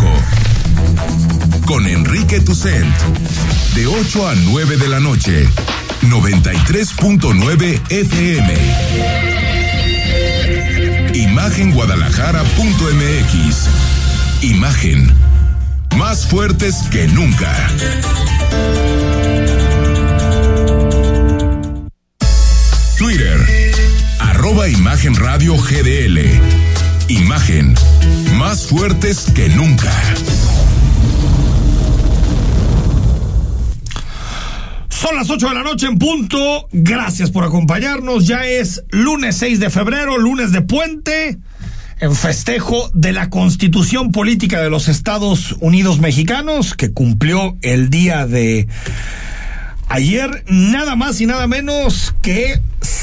Rojo, con Enrique Tucent, de 8 a 9 de la noche, 93.9 FM. Imagenguadalajara.mx. Imagen, más fuertes que nunca. Twitter, @Imagen Radio GDL. Imagen, más fuertes que nunca. Son las 8 de la noche en punto. Gracias por acompañarnos. Ya es lunes 6 de febrero, lunes de puente, en festejo de la Constitución Política de los Estados Unidos Mexicanos, que cumplió el día de ayer nada más y nada menos que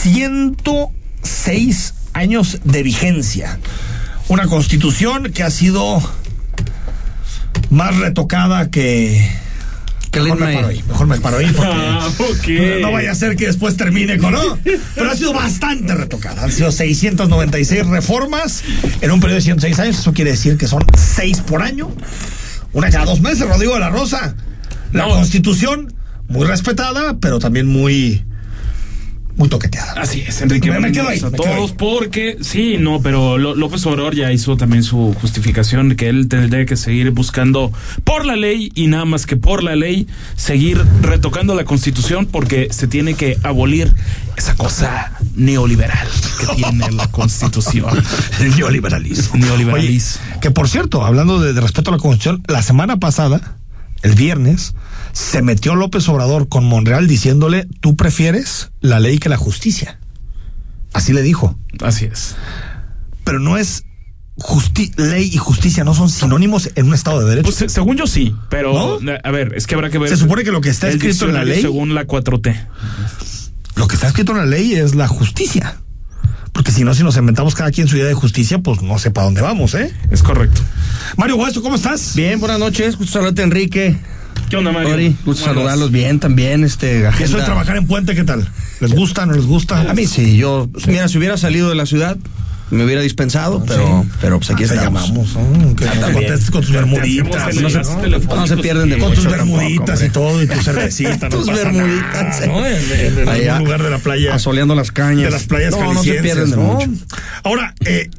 106 años de vigencia. Una Constitución que ha sido más retocada que... Mejor me paro ahí porque no vaya a ser que después termine con no. Pero ha sido bastante retocada. Han sido 696 reformas en un periodo de 106 años. Eso quiere decir que son 6 por año. Una cada 2 meses, Rodrigo de la Rosa. La Constitución, muy respetada, pero también muy toqueteada. Así es, Enrique. Me quedo ahí. A todos, porque sí, no, pero López Obrador ya hizo también su justificación, que él tendría que seguir buscando por la ley y nada más que por la ley, seguir retocando la Constitución, porque se tiene que abolir esa cosa neoliberal que tiene la Constitución. El neoliberalismo. Oye, que por cierto, hablando de respeto a la Constitución, la semana pasada, el viernes, se metió López Obrador con Monreal diciéndole: tú prefieres la ley que la justicia. Así le dijo. Así es. Pero no es ley y justicia, no son sinónimos en un Estado de Derecho. Pues según yo sí, pero ¿no? A ver, es que habrá que ver. Se supone que lo que está escrito en la ley, según la 4T, lo que está escrito en la ley es la justicia. Porque si no, si nos inventamos cada quien su idea de justicia, pues no sé para dónde vamos, ¿eh? Es correcto. Mario Guasto, ¿cómo estás? Bien, buenas noches, gusto saludarte, Enrique. ¿Qué onda, Mario? Ori, gusto saludarlos bien también. Eso de trabajar en Puente, ¿qué tal? ¿Les gusta, no les gusta? A mí sí, mira, si hubiera salido de la ciudad, me hubiera dispensado, pero pues aquí estamos. Con tus bermuditas. No se pierden de mucho. Con tus bermuditas y todo, y tu cervecita. Tus bermuditas. En algún lugar de la playa. Asoleando las cañas. De las playas calicienses. No se pierden de mucho. Ahora,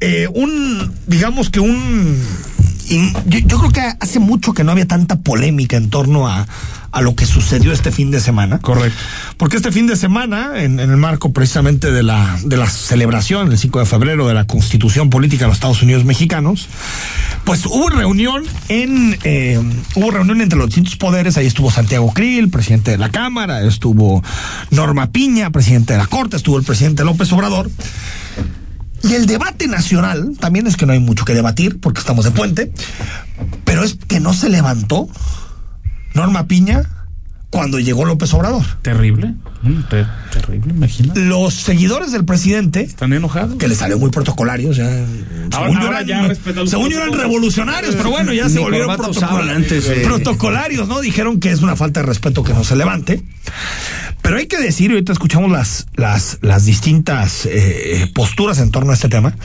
yo creo que hace mucho que no había tanta polémica en torno a lo que sucedió este fin de semana. Correcto. Porque este fin de semana, en el marco precisamente de la celebración, el 5 de febrero, de la Constitución Política de los Estados Unidos Mexicanos, pues hubo reunión entre los distintos poderes. Ahí estuvo Santiago Krill, presidente de la Cámara, estuvo Norma Piña, presidente de la Corte, estuvo el presidente López Obrador. Y el debate nacional, también es que no hay mucho que debatir, porque estamos de puente, pero es que no se levantó Norma Piña cuando llegó López Obrador. Terrible, terrible, imagina. Los seguidores del presidente están enojados, que le salió muy protocolarios, según yo eran revolucionarios, pero bueno, ya se volvieron protocolarios, ¿no? Dijeron que es una falta de respeto que no se levante. Pero hay que decir, y ahorita escuchamos las distintas posturas en torno a este tema,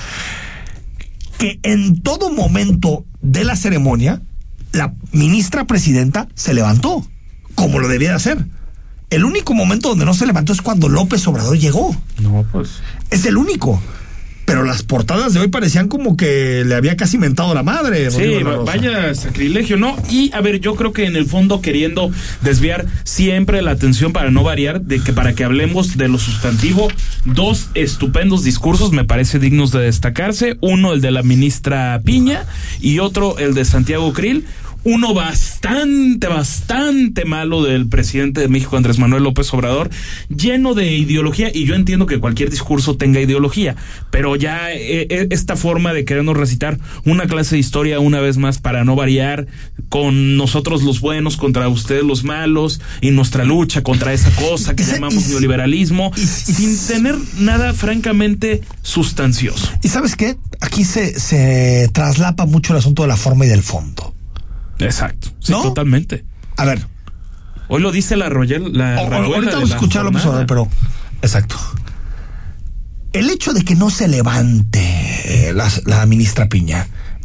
que en todo momento de la ceremonia la ministra presidenta se levantó, como lo debía de hacer. El único momento donde no se levantó es cuando López Obrador llegó. No, pues. Es el único. Pero las portadas de hoy parecían como que le había casi mentado la madre. Sí, vaya sacrilegio, ¿no? Y a ver, yo creo que en el fondo queriendo desviar siempre la atención para no variar, para que hablemos de lo sustantivo, 2 estupendos discursos me parece dignos de destacarse. Uno, el de la ministra Piña, y otro, el de Santiago Krill. Uno bastante malo del presidente de México, Andrés Manuel López Obrador, lleno de ideología, y yo entiendo que cualquier discurso tenga ideología, pero ya esta forma de querernos recitar una clase de historia una vez más para no variar, con nosotros los buenos contra ustedes los malos, y nuestra lucha contra esa cosa que llamamos neoliberalismo, sin tener nada francamente sustancioso. ¿Y sabes qué? Aquí se traslapa mucho el asunto de la forma y del fondo. Exacto, sí, ¿no? Totalmente. A ver. Hoy lo dice la ahorita vamos a escucharlo, pero exacto. El hecho de que no se levante la ministra Piña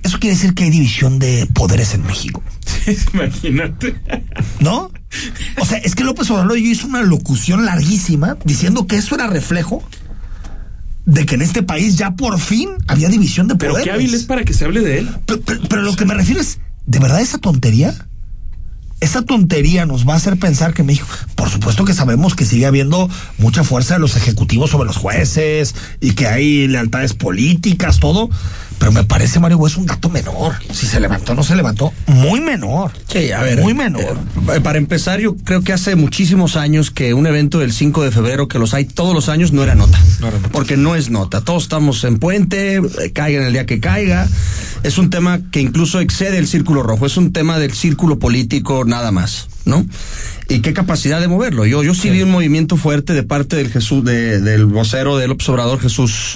eso quiere decir que hay división de poderes en México. Imagínate. ¿No? O sea, es que López Obrador hizo una locución larguísima diciendo que eso era reflejo de que en este país ya por fin había división de poderes. Pero qué hábil es para que se hable de él. Pero lo que me refiero es, ¿de verdad esa tontería? Esa tontería nos va a hacer pensar que México, por supuesto que sabemos que sigue habiendo mucha fuerza de los ejecutivos sobre los jueces y que hay lealtades políticas, todo, pero me parece, Mario, es un dato menor. Si se levantó o no se levantó, muy menor. Sí, a ver. Muy menor. Para empezar, yo creo que hace muchísimos años que un evento del 5 de febrero, que los hay todos los años, no era nota. Porque no es nota. Todos estamos en puente, caiga en el día que caiga. Es un tema que incluso excede el círculo rojo. Es un tema del círculo político nada más, ¿no? Y qué capacidad de moverlo. Yo sí vi un movimiento fuerte de parte del vocero del López Obrador, Jesús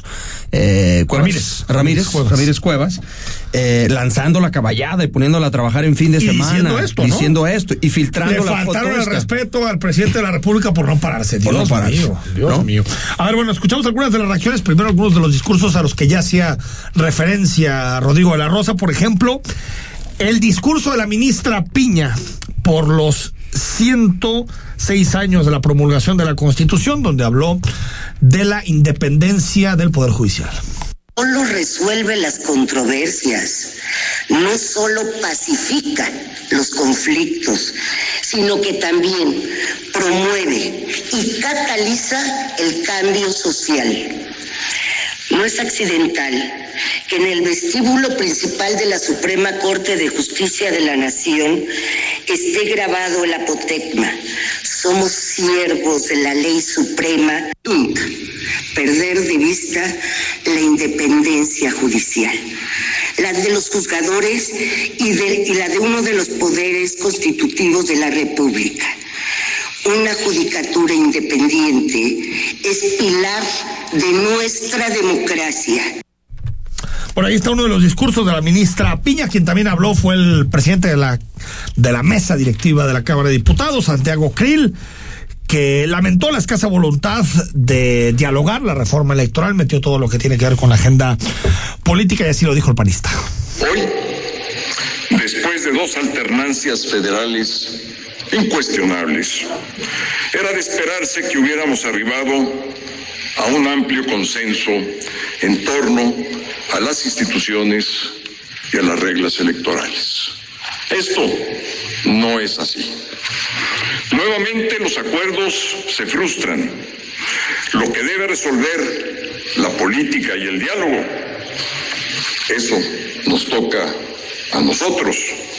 Ramírez Cuevas, lanzando la caballada y poniéndola a trabajar en fin de semana. Diciendo esto y filtrando la foto. Le faltaron el respeto al presidente de la República por no pararse. Dios mío. A ver, bueno, escuchamos algunas de las reacciones. Primero, algunos de los discursos a los que ya hacía referencia Rodrigo de la Rosa. Por ejemplo, el discurso de la ministra Piña por los 106 años de la promulgación de la Constitución, donde habló de la independencia del Poder Judicial. Solo resuelve las controversias, no solo pacifica los conflictos, sino que también promueve y cataliza el cambio social. No es accidental que en el vestíbulo principal de la Suprema Corte de Justicia de la Nación esté grabado el apotegma: somos siervos de la ley suprema. Nunca perder de vista la independencia judicial, la de los juzgadores y la de uno de los poderes constitutivos de la República. Una judicatura independiente es pilar de nuestra democracia. Por ahí está uno de los discursos de la ministra Piña. Quien también habló fue el presidente de la mesa directiva de la Cámara de Diputados, Santiago Krill, que lamentó la escasa voluntad de dialogar la reforma electoral, metió todo lo que tiene que ver con la agenda política y así lo dijo el panista. Hoy, después de 2 alternancias federales incuestionables, era de esperarse que hubiéramos arribado a un amplio consenso en torno a las instituciones y a las reglas electorales. Esto no es así. Nuevamente los acuerdos se frustran. Lo que debe resolver la política y el diálogo, eso nos toca a nosotros.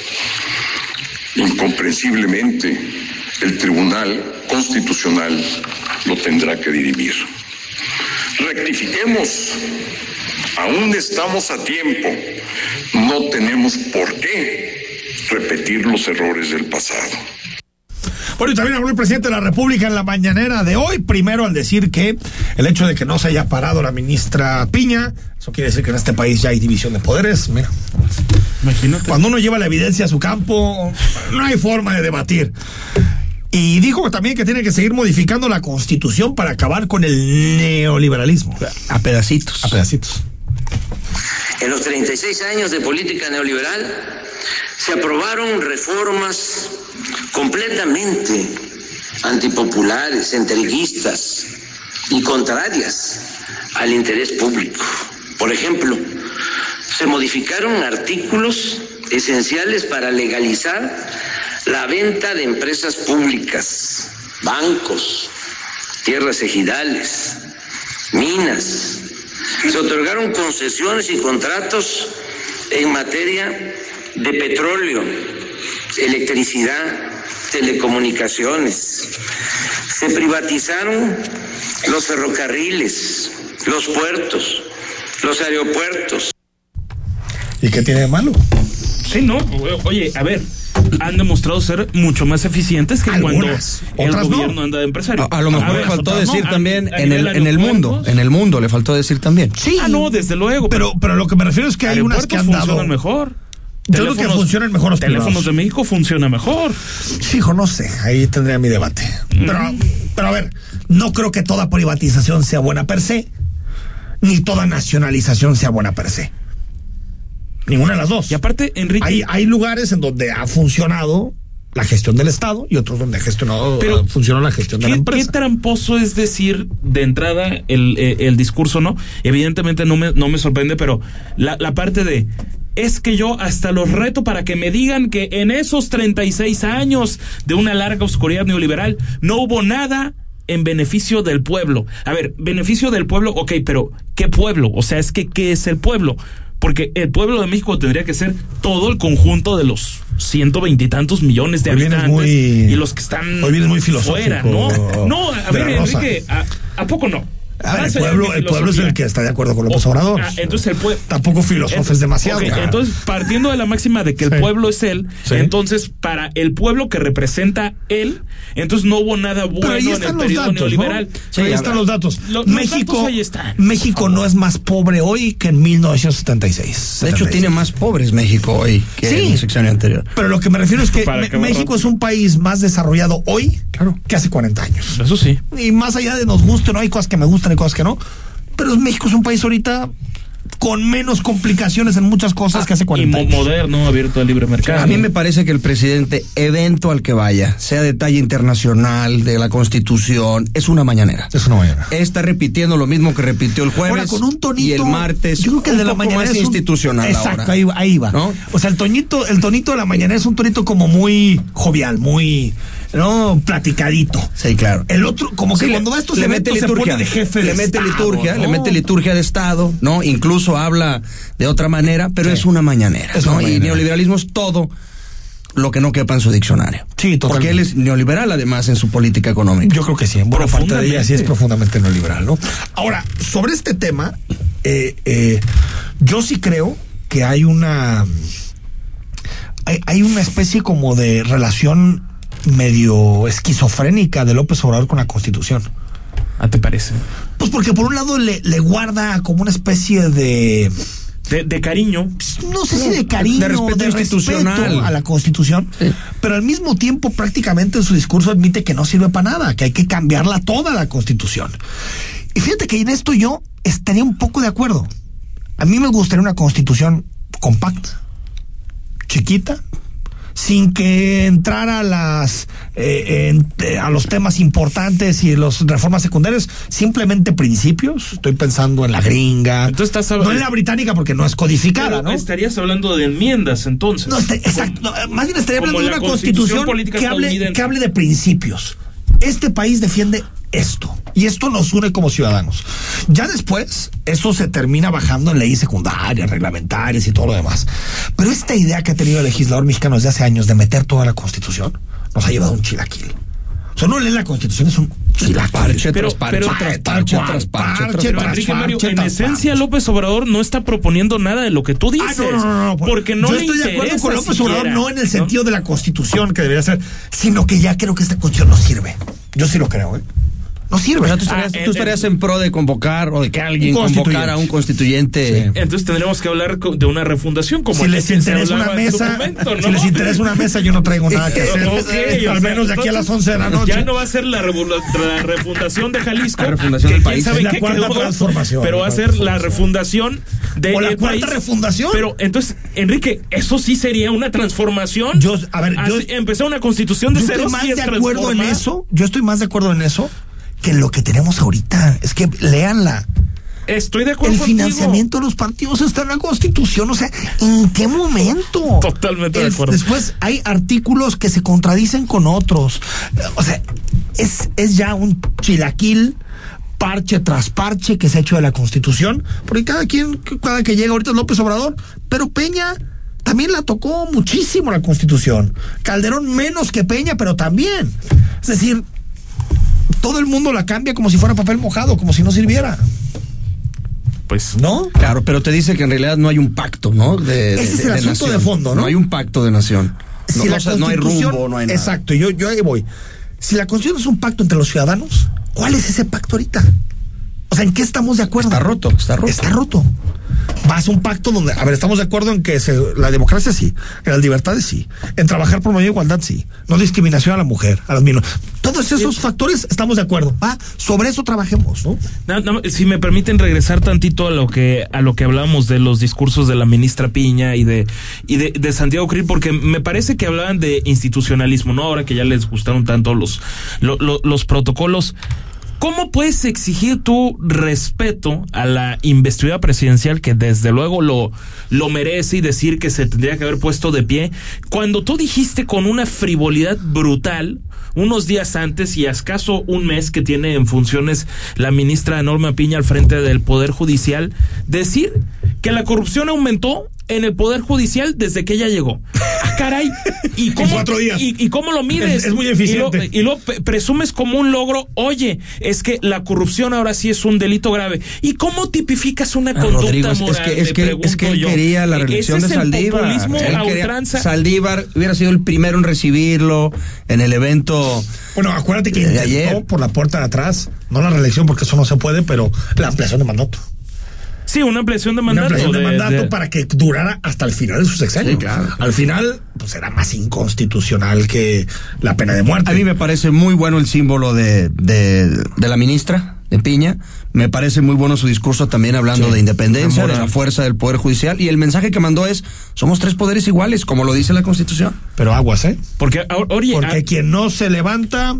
Incomprensiblemente, el Tribunal Constitucional lo tendrá que dirimir. Rectifiquemos. Aún estamos a tiempo. No tenemos por qué repetir los errores del pasado. Bueno, y también habló el presidente de la República en la mañanera de hoy, primero al decir que el hecho de que no se haya parado la ministra Piña, eso quiere decir que en este país ya hay división de poderes. Mira, imagínate. Cuando uno lleva la evidencia a su campo, no hay forma de debatir. Y dijo también que tiene que seguir modificando la Constitución para acabar con el neoliberalismo. A pedacitos. A pedacitos. En los 36 años de política neoliberal se aprobaron reformas completamente antipopulares, centralistas y contrarias al interés público. Por ejemplo, se modificaron artículos esenciales para legalizar la venta de empresas públicas, bancos, tierras ejidales, minas. Se otorgaron concesiones y contratos en materia de petróleo, electricidad, telecomunicaciones. Se privatizaron los ferrocarriles, los puertos, los aeropuertos. ¿Y qué tiene de malo? Sí, no, oye, a ver, han demostrado ser mucho más eficientes que algunas, cuando el gobierno anda de empresario. A lo mejor le faltó decir también en el mundo le faltó decir también. Sí. No, desde luego. Pero lo que me refiero es que hay unas que han dado funcionan mejor. Yo creo que funcionan mejor los teléfonos privados. de México funciona mejor. Hijo, no sé, ahí tendría mi debate. Pero a ver, no creo que toda privatización sea buena per se, ni toda nacionalización sea buena per se. Ninguna de las dos. Y aparte, Enrique... Hay lugares en donde ha funcionado la gestión del Estado y otros donde funcionó la gestión de la empresa. Qué tramposo es decir de entrada el discurso, ¿no? Evidentemente no me sorprende, pero la parte de... Es que yo hasta los reto para que me digan que en esos 36 años de una larga oscuridad neoliberal no hubo nada en beneficio del pueblo. A ver, beneficio del pueblo, ok, pero ¿qué pueblo? O sea, ¿qué es el pueblo? Porque el pueblo de México tendría que ser todo el conjunto de los 120 y tantos millones de habitantes y los que están hoy vienes muy filosófico, fuera, ¿no? No, a ver, Enrique, ¿a poco no? A ver, el pueblo es el que está de acuerdo con López Obrador. Entonces el pueblo tampoco filosofes demasiado. Okay, entonces, partiendo de la máxima de que el pueblo es él, entonces para el pueblo que representa él, entonces no hubo nada bueno en el periodo neoliberal. ¿No? Sí, ahí están los datos. México, ahí están. México no es más pobre hoy que en 1976. De hecho, tiene más pobres México hoy que en el sexenio anterior. Pero lo que me refiero es que México es un país más desarrollado hoy que hace 40 años. Eso sí. Y más allá de nos guste, no hay cosas que me gustan, hay cosas que no. Pero México es un país ahorita con menos complicaciones en muchas cosas que hace 40 años. Y moderno, abierto al libre mercado. A mí me parece que el presidente, evento al que vaya, sea de talla internacional, de la Constitución, es una mañanera. Es una mañanera. Está repitiendo lo mismo que repitió el jueves. Ahora, con un tonito, y el martes. Yo creo que el de la mañanera es institucional. Exacto, ahí va. ¿No? O sea, el tonito de la mañanera es un tonito como muy jovial, muy... no, platicadito. Sí, claro. El otro, como que cuando va a estos eventos se pone de jefe de Estado, liturgia, ¿no? Le mete liturgia de Estado, ¿no? Incluso habla de otra manera, pero es una mañanera, ¿no? Y neoliberalismo es todo lo que no quepa en su diccionario. Sí, totalmente. Porque él es neoliberal, además, en su política económica. Yo creo que sí, en buena parte de ella sí es profundamente neoliberal, ¿no? Ahora, sobre este tema, yo sí creo que hay una especie como de relación medio esquizofrénica de López Obrador con la Constitución. ¿Ah, te parece? Pues porque por un lado le guarda como una especie de cariño. No sé si de cariño, de respeto institucional a la Constitución, pero al mismo tiempo prácticamente en su discurso admite que no sirve para nada, que hay que cambiarla toda la Constitución. Y fíjate que en esto yo estaría un poco de acuerdo. A mí me gustaría una Constitución compacta, chiquita, sin que entrara a los temas importantes y las reformas secundarias, simplemente principios. Estoy pensando en la gringa, entonces no en la británica porque no es codificada, ¿no? Estarías hablando de enmiendas, entonces. No, exacto. Más bien estaría hablando de una constitución que hable de principios. Este país defiende esto, y esto nos une como ciudadanos. Ya después, eso se termina bajando en leyes secundarias, reglamentarias y todo lo demás. Pero esta idea que ha tenido el legislador mexicano desde hace años de meter toda la Constitución, nos ha llevado a un chilaquil. O sea, no leer la Constitución, es un chilaquil. Pero Enrique Mario, en esencia López Obrador no está proponiendo nada de lo que tú dices. No, porque no le interesa. Yo estoy de acuerdo con López Obrador, no en el sentido de la Constitución que debería ser, sino que ya creo que esta Constitución no sirve. Yo sí lo creo, no sirve. O sea, tú estarías en pro de convocar o de que alguien convocara a un constituyente. Sí. Entonces tendremos que hablar de una refundación como si les interesa una mesa, momento, ¿no? Si les interesa una mesa, yo no traigo nada que hacer. Al menos de aquí a las 11 de la noche. Ya no va a ser la refundación de Jalisco, la refundación del país. Es la cuarta transformación. Pero va a ser la refundación de o la cuarta refundación. Pero entonces, Enrique, eso sí sería una transformación. Empezar una constitución de cero. Yo estoy más de acuerdo en eso que lo que tenemos ahorita. Es que léanla. Estoy de acuerdo contigo. El financiamiento de los partidos está en la Constitución. O sea, ¿en qué momento? Totalmente de acuerdo. Después hay artículos que se contradicen con otros. O sea, es ya un chilaquil, parche tras parche que se ha hecho de la Constitución. Porque cada que llega ahorita es López Obrador. Pero Peña también la tocó muchísimo la Constitución. Calderón menos que Peña, pero también. Es decir, todo el mundo la cambia como si fuera papel mojado, como si no sirviera. Pues no. Claro, pero te dice que en realidad no hay un pacto, ¿no? Ese es el asunto nación. De fondo, ¿no? No hay un pacto de nación. No hay rumbo, no hay nada. Exacto, yo ahí voy. Si la Constitución es un pacto entre los ciudadanos, ¿cuál es ese pacto ahorita? O sea, ¿en qué estamos de acuerdo? Está roto. Está roto. va a ser un pacto donde, a ver, estamos de acuerdo en que la democracia sí, en las libertades sí, en trabajar por mayor igualdad sí, no discriminación a la mujer, a las minorías. Todos esos factores estamos de acuerdo. Sobre eso trabajemos, ¿no? Si me permiten regresar tantito a lo que hablábamos de los discursos de la ministra Piña y de Santiago Krill, porque me parece que hablaban de institucionalismo, ¿no? Ahora que ya les gustaron tanto los protocolos. ¿Cómo puedes exigir tu respeto a la investidura presidencial, que desde luego lo merece, y decir que se tendría que haber puesto de pie, cuando tú dijiste con una frivolidad brutal unos días antes y a escaso un mes que tiene en funciones la ministra Norma Piña al frente del Poder Judicial, decir que la corrupción aumentó en el Poder Judicial desde que ella llegó? Caray, ¿y cómo, en 4 días. ¿Y cómo lo mides? Es muy eficiente. Y lo presumes como un logro. Oye, es que la corrupción ahora sí es un delito grave. ¿Y cómo tipificas una conducta Rodrigo, moral? Es que él quería la reelección de Saldívar. Saldívar hubiera sido el primero en recibirlo en el evento. Bueno, acuérdate que intentó ayer por la puerta de atrás, no la reelección porque eso no se puede, pero la ampliación de mandato. Sí, una ampliación de mandato. Una ampliación de mandato para que durara hasta el final de su sexenio. Sí, claro. Al final, pues era más inconstitucional que la pena de muerte. A mí me parece muy bueno el símbolo de la ministra, de Piña. Me parece muy bueno su discurso también hablando de independencia, de la fuerza del Poder Judicial. Y el mensaje que mandó es, somos 3 poderes iguales, como lo dice la Constitución. Pero aguas, ¿eh? Porque quien no se levanta...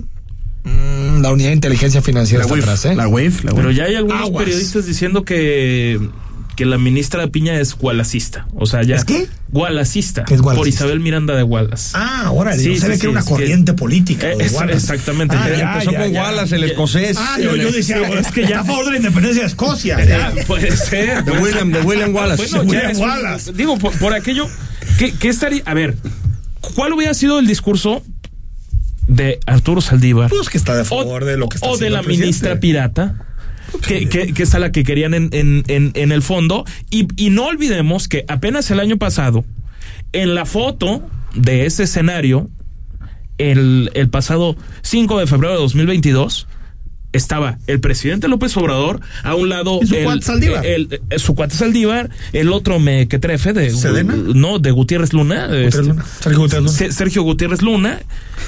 la unidad de inteligencia financiera está atrás, ¿eh? La UIF. Pero ya hay algunos periodistas diciendo que la ministra Piña es gualacista. O sea, ya. ¿Es qué? Gualacista. ¿Qué es gualacista? Por Isabel Miranda de Wallace. Ahora sí, se ve que era una corriente política. Exactamente. Empezó con Wallace, el escocés. Yo decía, es que ya está a favor de la independencia de Escocia. Puede ser. De William Wallace. Bueno, William Wallace. Digo, por aquello. ¿Qué estaría? A ver, ¿cuál hubiera sido el discurso de Arturo Saldívar? Pues que está de favor de lo que está haciendo el la presidente. Ministra pirata, que es a la que querían en el fondo. Y no olvidemos que apenas el año pasado, en la foto de ese escenario, el pasado 5 de febrero de 2022, estaba el presidente López Obrador, a un lado su cuate Saldívar. Su cuate Saldívar, el otro mequetrefe de ¿Sedena? No, de Gutiérrez Luna, Sergio Gutiérrez Luna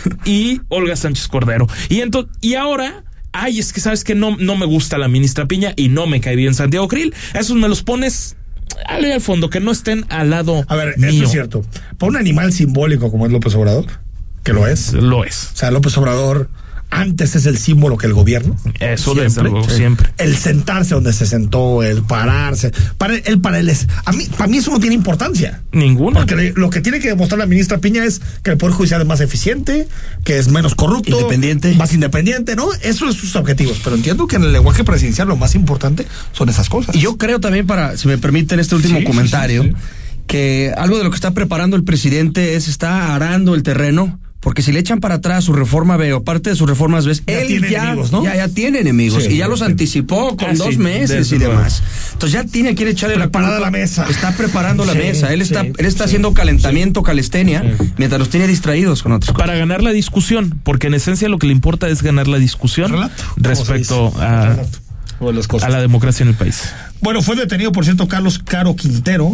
y Olga Sánchez Cordero. Y ahora, es que sabes que no me gusta la ministra Piña y no me cae bien Santiago Krill. Esos me los pones al fondo, que no estén al lado. A ver, mío. eso es cierto. Para un animal simbólico como es López Obrador, que lo es. Lo es. O sea, López Obrador antes es el símbolo que el gobierno. Eso desde luego, siempre. El sentarse donde se sentó, el pararse. Para él es. Para mí eso no tiene importancia. Ninguna. Porque lo que tiene que demostrar la ministra Piña es que el Poder Judicial es más eficiente, que es menos corrupto. Independiente. Más independiente, ¿no? Eso es sus objetivos. Pero entiendo que en el lenguaje presidencial lo más importante son esas cosas. Y yo creo también, si me permiten este último comentario, que algo de lo que está preparando el presidente está arando el terreno. Porque si le echan para atrás su reforma B o parte de sus reformas B, él ya tiene enemigos, y ya los anticipó con 2 meses y demás. Entonces ya quiere echarle la mesa. Está preparando la mesa. Él está haciendo calentamiento, calistenia, mientras los tiene distraídos con otras cosas. Para ganar la discusión, porque en esencia lo que le importa es ganar la discusión respecto a la democracia en el país. Bueno, fue detenido, por cierto, Carlos Caro Quintero,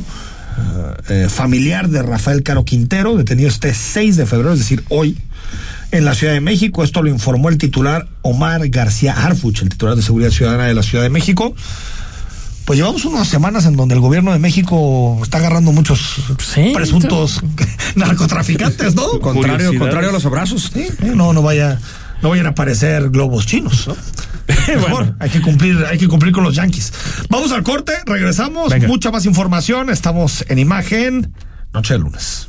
familiar de Rafael Caro Quintero, detenido este 6 de febrero, es decir, hoy, en la Ciudad de México. Esto lo informó el titular Omar García Harfuch, el titular de Seguridad Ciudadana de la Ciudad de México. Pues llevamos unas semanas en donde el gobierno de México está agarrando muchos presuntos narcotraficantes, ¿no? Contrario a los abrazos. Sí, no vayan a aparecer globos chinos, ¿no? Mejor, hay que cumplir con los yanquis. Vamos al corte, regresamos. Venga. Mucha más información. Estamos en Imagen, noche de lunes.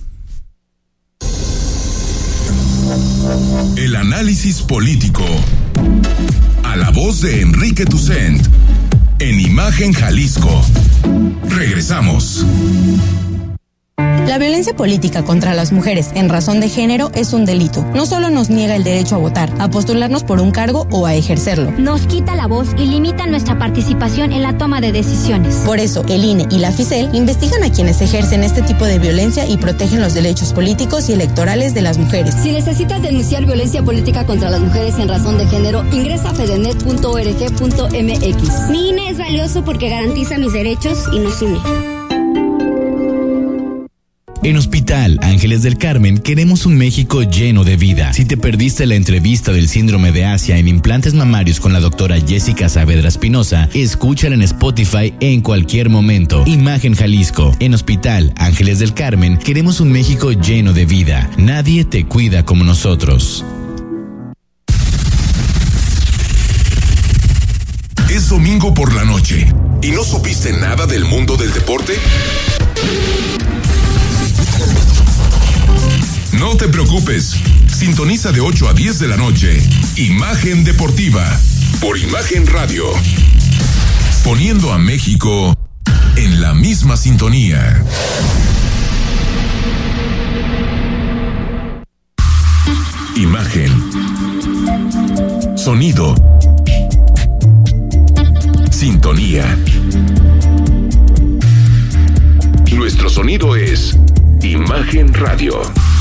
El análisis político. A la voz de Enrique Tucent. En Imagen Jalisco. Regresamos. La violencia política contra las mujeres en razón de género es un delito. No solo nos niega el derecho a votar, a postularnos por un cargo o a ejercerlo. Nos quita la voz y limita nuestra participación en la toma de decisiones. Por eso, el INE y la FICEL investigan a quienes ejercen este tipo de violencia y protegen los derechos políticos y electorales de las mujeres. Si necesitas denunciar violencia política contra las mujeres en razón de género, ingresa a fedenet.org.mx. Mi INE es valioso porque garantiza mis derechos y nos une. En Hospital Ángeles del Carmen queremos un México lleno de vida. Si te perdiste la entrevista del síndrome de Asia en implantes mamarios con la doctora Jessica Saavedra Espinosa, escúchala en Spotify en cualquier momento. Imagen Jalisco. En Hospital Ángeles del Carmen queremos un México lleno de vida. Nadie te cuida como nosotros. Es domingo por la noche y no supiste nada del mundo del deporte. No te preocupes, sintoniza de 8 a 10 de la noche, Imagen Deportiva, por Imagen Radio, poniendo a México en la misma sintonía. Imagen, sonido, sintonía. Nuestro sonido es Imagen Radio.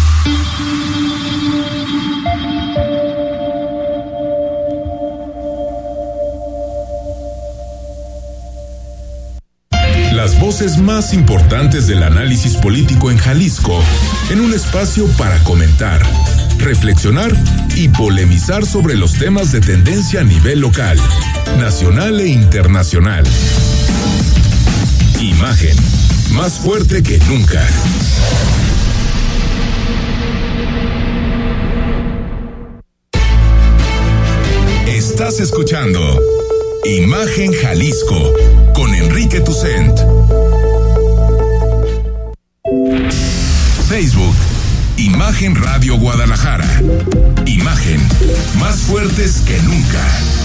Las voces más importantes del análisis político en Jalisco, en un espacio para comentar, reflexionar y polemizar sobre los temas de tendencia a nivel local, nacional e internacional. Imagen, más fuerte que nunca. Estás escuchando Imagen Jalisco con Enrique Tucent. Facebook, Imagen Radio Guadalajara. Imagen, más fuertes que nunca.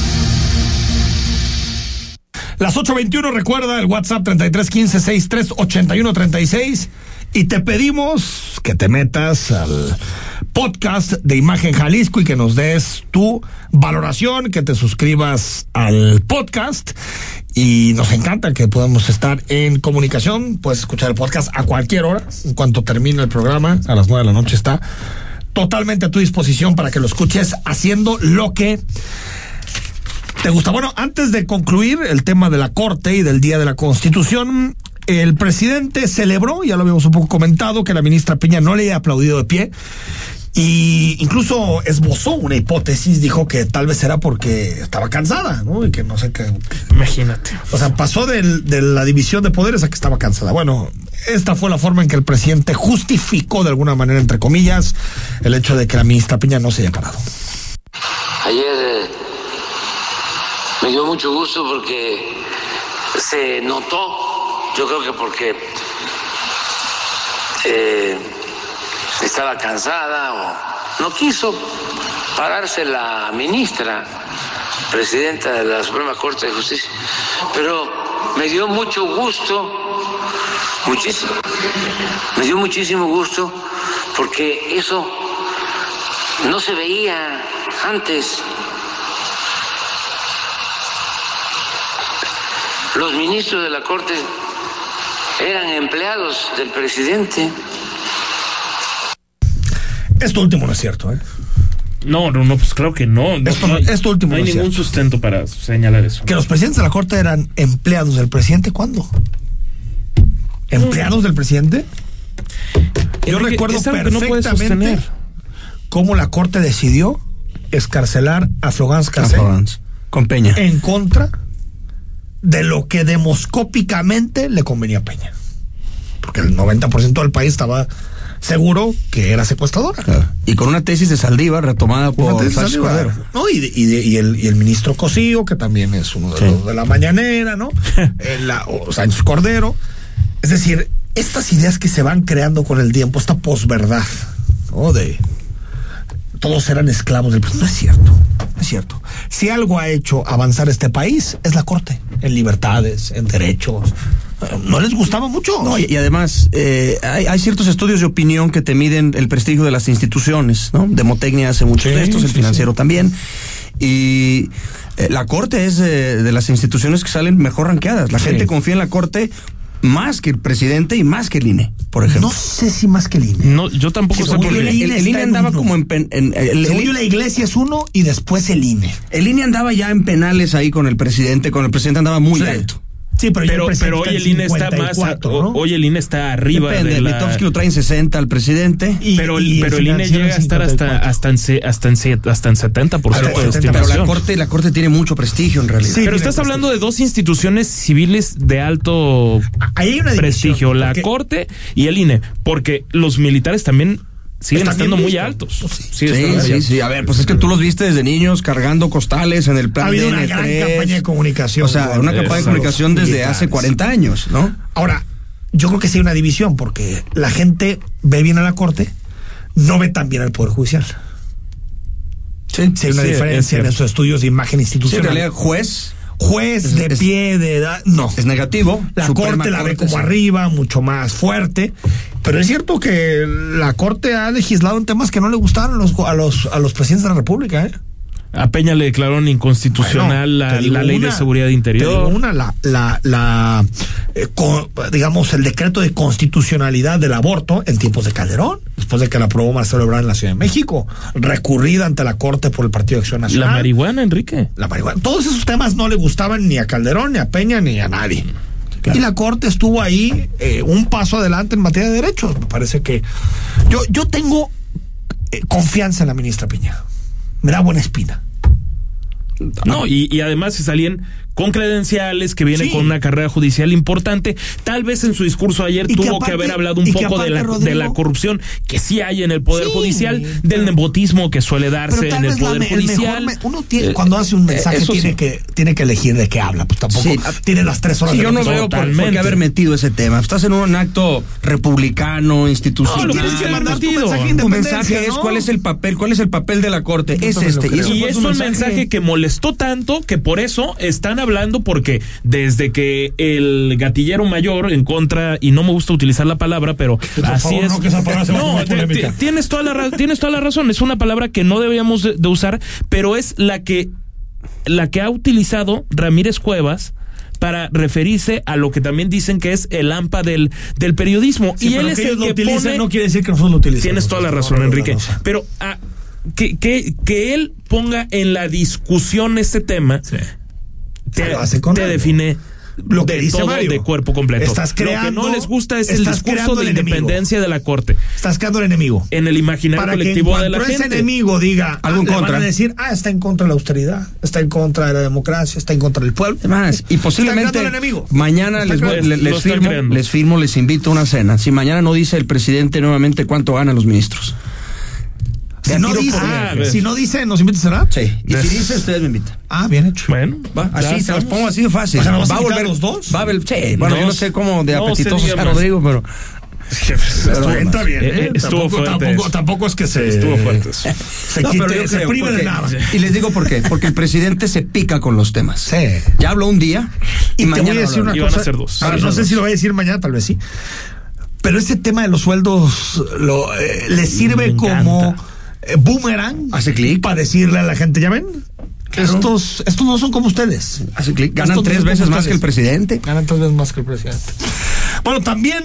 Las 8:21, recuerda el WhatsApp 3315-638136 y te pedimos que te metas al podcast de Imagen Jalisco y que nos des tu valoración, que te suscribas al podcast y nos encanta que podamos estar en comunicación. Puedes escuchar el podcast a cualquier hora, en cuanto termine el programa, a las 9 de la noche está totalmente a tu disposición para que lo escuches haciendo lo que te gusta. Bueno, antes de concluir el tema de la Corte y del Día de la Constitución, el presidente celebró, ya lo habíamos un poco comentado, que la ministra Piña no le haya aplaudido de pie y incluso esbozó una hipótesis, dijo que tal vez era porque estaba cansada, ¿no? Y que no sé qué. Imagínate. O sea, pasó de la división de poderes a que estaba cansada. Bueno, esta fue la forma en que el presidente justificó de alguna manera, entre comillas, el hecho de que la ministra Piña no se haya parado. Ayer me dio mucho gusto porque se notó, yo creo que porque estaba cansada o no quiso pararse la ministra, presidenta de la Suprema Corte de Justicia, pero me dio mucho gusto, muchísimo, me dio muchísimo gusto porque eso no se veía antes. Los ministros de la Corte eran empleados del presidente. Esto último no es cierto, ¿eh? No, pues claro que no. Esto último no hay ningún sustento para señalar eso. Que los presidentes de la Corte eran empleados del presidente, ¿cuándo? ¿Empleados del presidente? Yo recuerdo perfectamente cómo la Corte decidió escarcelar a Florence Cassé con Peña en contra de lo que demoscópicamente le convenía a Peña, porque el 90% del país estaba seguro que era secuestradora. Claro. Y con una tesis de Saldívar retomada por Sánchez Cordero. No, y el ministro Cosío, que también es uno de los de la mañanera, ¿no? Sánchez Cordero. Es decir, estas ideas que se van creando con el tiempo, esta posverdad, ¿no? De todos eran esclavos del presidente. No es cierto, no es cierto. Si algo ha hecho avanzar este país, es la Corte, en libertades, en derechos, no les gustaba mucho. No, y además, hay ciertos estudios de opinión que te miden el prestigio de las instituciones, ¿no? Demotecnia hace muchos de estos, el financiero también. Y la Corte es de las instituciones que salen mejor rankeadas. La gente confía en la Corte más que el presidente y más que el INE, por ejemplo. No sé si más que el INE. No, yo tampoco sé por qué. El INE andaba como según yo, la Iglesia es uno y después el INE. El INE andaba ya en penales ahí con el presidente andaba muy alto. Sí, pero hoy el INE está más, ¿no? Hoy el INE está arriba. Depende, de Mitofsky lo trae en 60 al presidente. Pero el INE llega a estar hasta en 70% de estimación. Pero la corte tiene mucho prestigio en realidad. Sí, pero estás hablando de dos instituciones civiles de alto prestigio, la Corte y el INE, porque los militares también siguen estando muy altos. Sí. A ver, pues es que tú los viste desde niños cargando costales en el plan. Ha habido una gran campaña de comunicación. O sea, una campaña de comunicación desde hace 40 años, ¿no? Ahora, yo creo que sí hay una división, porque la gente ve bien a la Corte, no ve tan bien al Poder Judicial. Sí hay una diferencia en esos estudios de imagen institucional. Sí, en realidad, juez de pie, de edad, no. Es negativo. La Corte la ve como arriba, mucho más fuerte. Pero es cierto que la Corte ha legislado en temas que no le gustaron a los presidentes de la República, ¿eh? A Peña le declararon inconstitucional la ley de seguridad interior. Digamos, el decreto de constitucionalidad del aborto en tiempos de Calderón, después de que la aprobó Marcelo Ebrard en la Ciudad de México, recurrida ante la Corte por el Partido de Acción Nacional. La marihuana, Enrique. La marihuana. Todos esos temas no le gustaban ni a Calderón, ni a Peña, ni a nadie. Claro. Y la Corte estuvo ahí un paso adelante en materia de derechos. Me parece que yo tengo confianza en la ministra Piña. Me da buena espina. No, y además se salían con credenciales, que viene con una carrera judicial importante. Tal vez en su discurso ayer tuvo que haber hablado un poco de la corrupción que sí hay en el Poder Judicial, del nepotismo que suele darse en el Poder Judicial. Uno tiene, cuando hace un mensaje tiene que elegir de qué habla, pues tampoco tiene las 3 horas. Yo no veo por qué haber metido ese tema. Estás en un acto republicano, institucional. No, tienes que mandar tu mensaje es cuál es el papel de la Corte. Es este. Y es un mensaje que molestó tanto que por eso están hablando, porque desde que el gatillero mayor en contra, y no me gusta utilizar la palabra, pero así es. Tienes toda la razón, es una palabra que no deberíamos de usar, pero es la que ha utilizado Ramírez Cuevas para referirse a lo que también dicen que es el AMPA del periodismo. Sí, y él es el que utiliza, no quiere decir que nosotros lo utilicemos. Tienes toda la razón, Enrique. Pero que él ponga en la discusión este tema, te define lo que dice todo Mario. De cuerpo completo. Estás creando, lo que no les gusta es el discurso de independencia de la Corte. Estás creando el enemigo. En el imaginario colectivo de la gente. Para que ese enemigo diga algo en contra, van a decir, está en contra de la austeridad, está en contra de la democracia, está en contra del pueblo. Además, y posiblemente mañana les invito a una cena. Si mañana no dice el presidente nuevamente cuánto ganan los ministros. Si no dice, ¿nos invita, será? Sí. Y si dice, ustedes me invitan. Bien hecho. Bueno, así se los pongo así de fácil. O sea, ¿va a volver los dos? Sí, bueno, yo no sé cómo de apetitoso sea Rodrigo, pero entra bien. Tampoco es que estuvo fuerte. Se priva de nada. Y les digo por qué. Porque el presidente se pica con los temas. Sí. Ya habló un día y mañana te voy a decir una cosa. Van a ser 2. Ahora, no sé si lo voy a decir mañana, tal vez sí. Pero ese tema de los sueldos le sirve como boomerang. Hace clic para decirle a la gente, ¿ya ven? Claro. Estos no son como ustedes. Hace clic. Ganan 3 veces más que el presidente. Ganan 3 veces más que el presidente. Bueno, también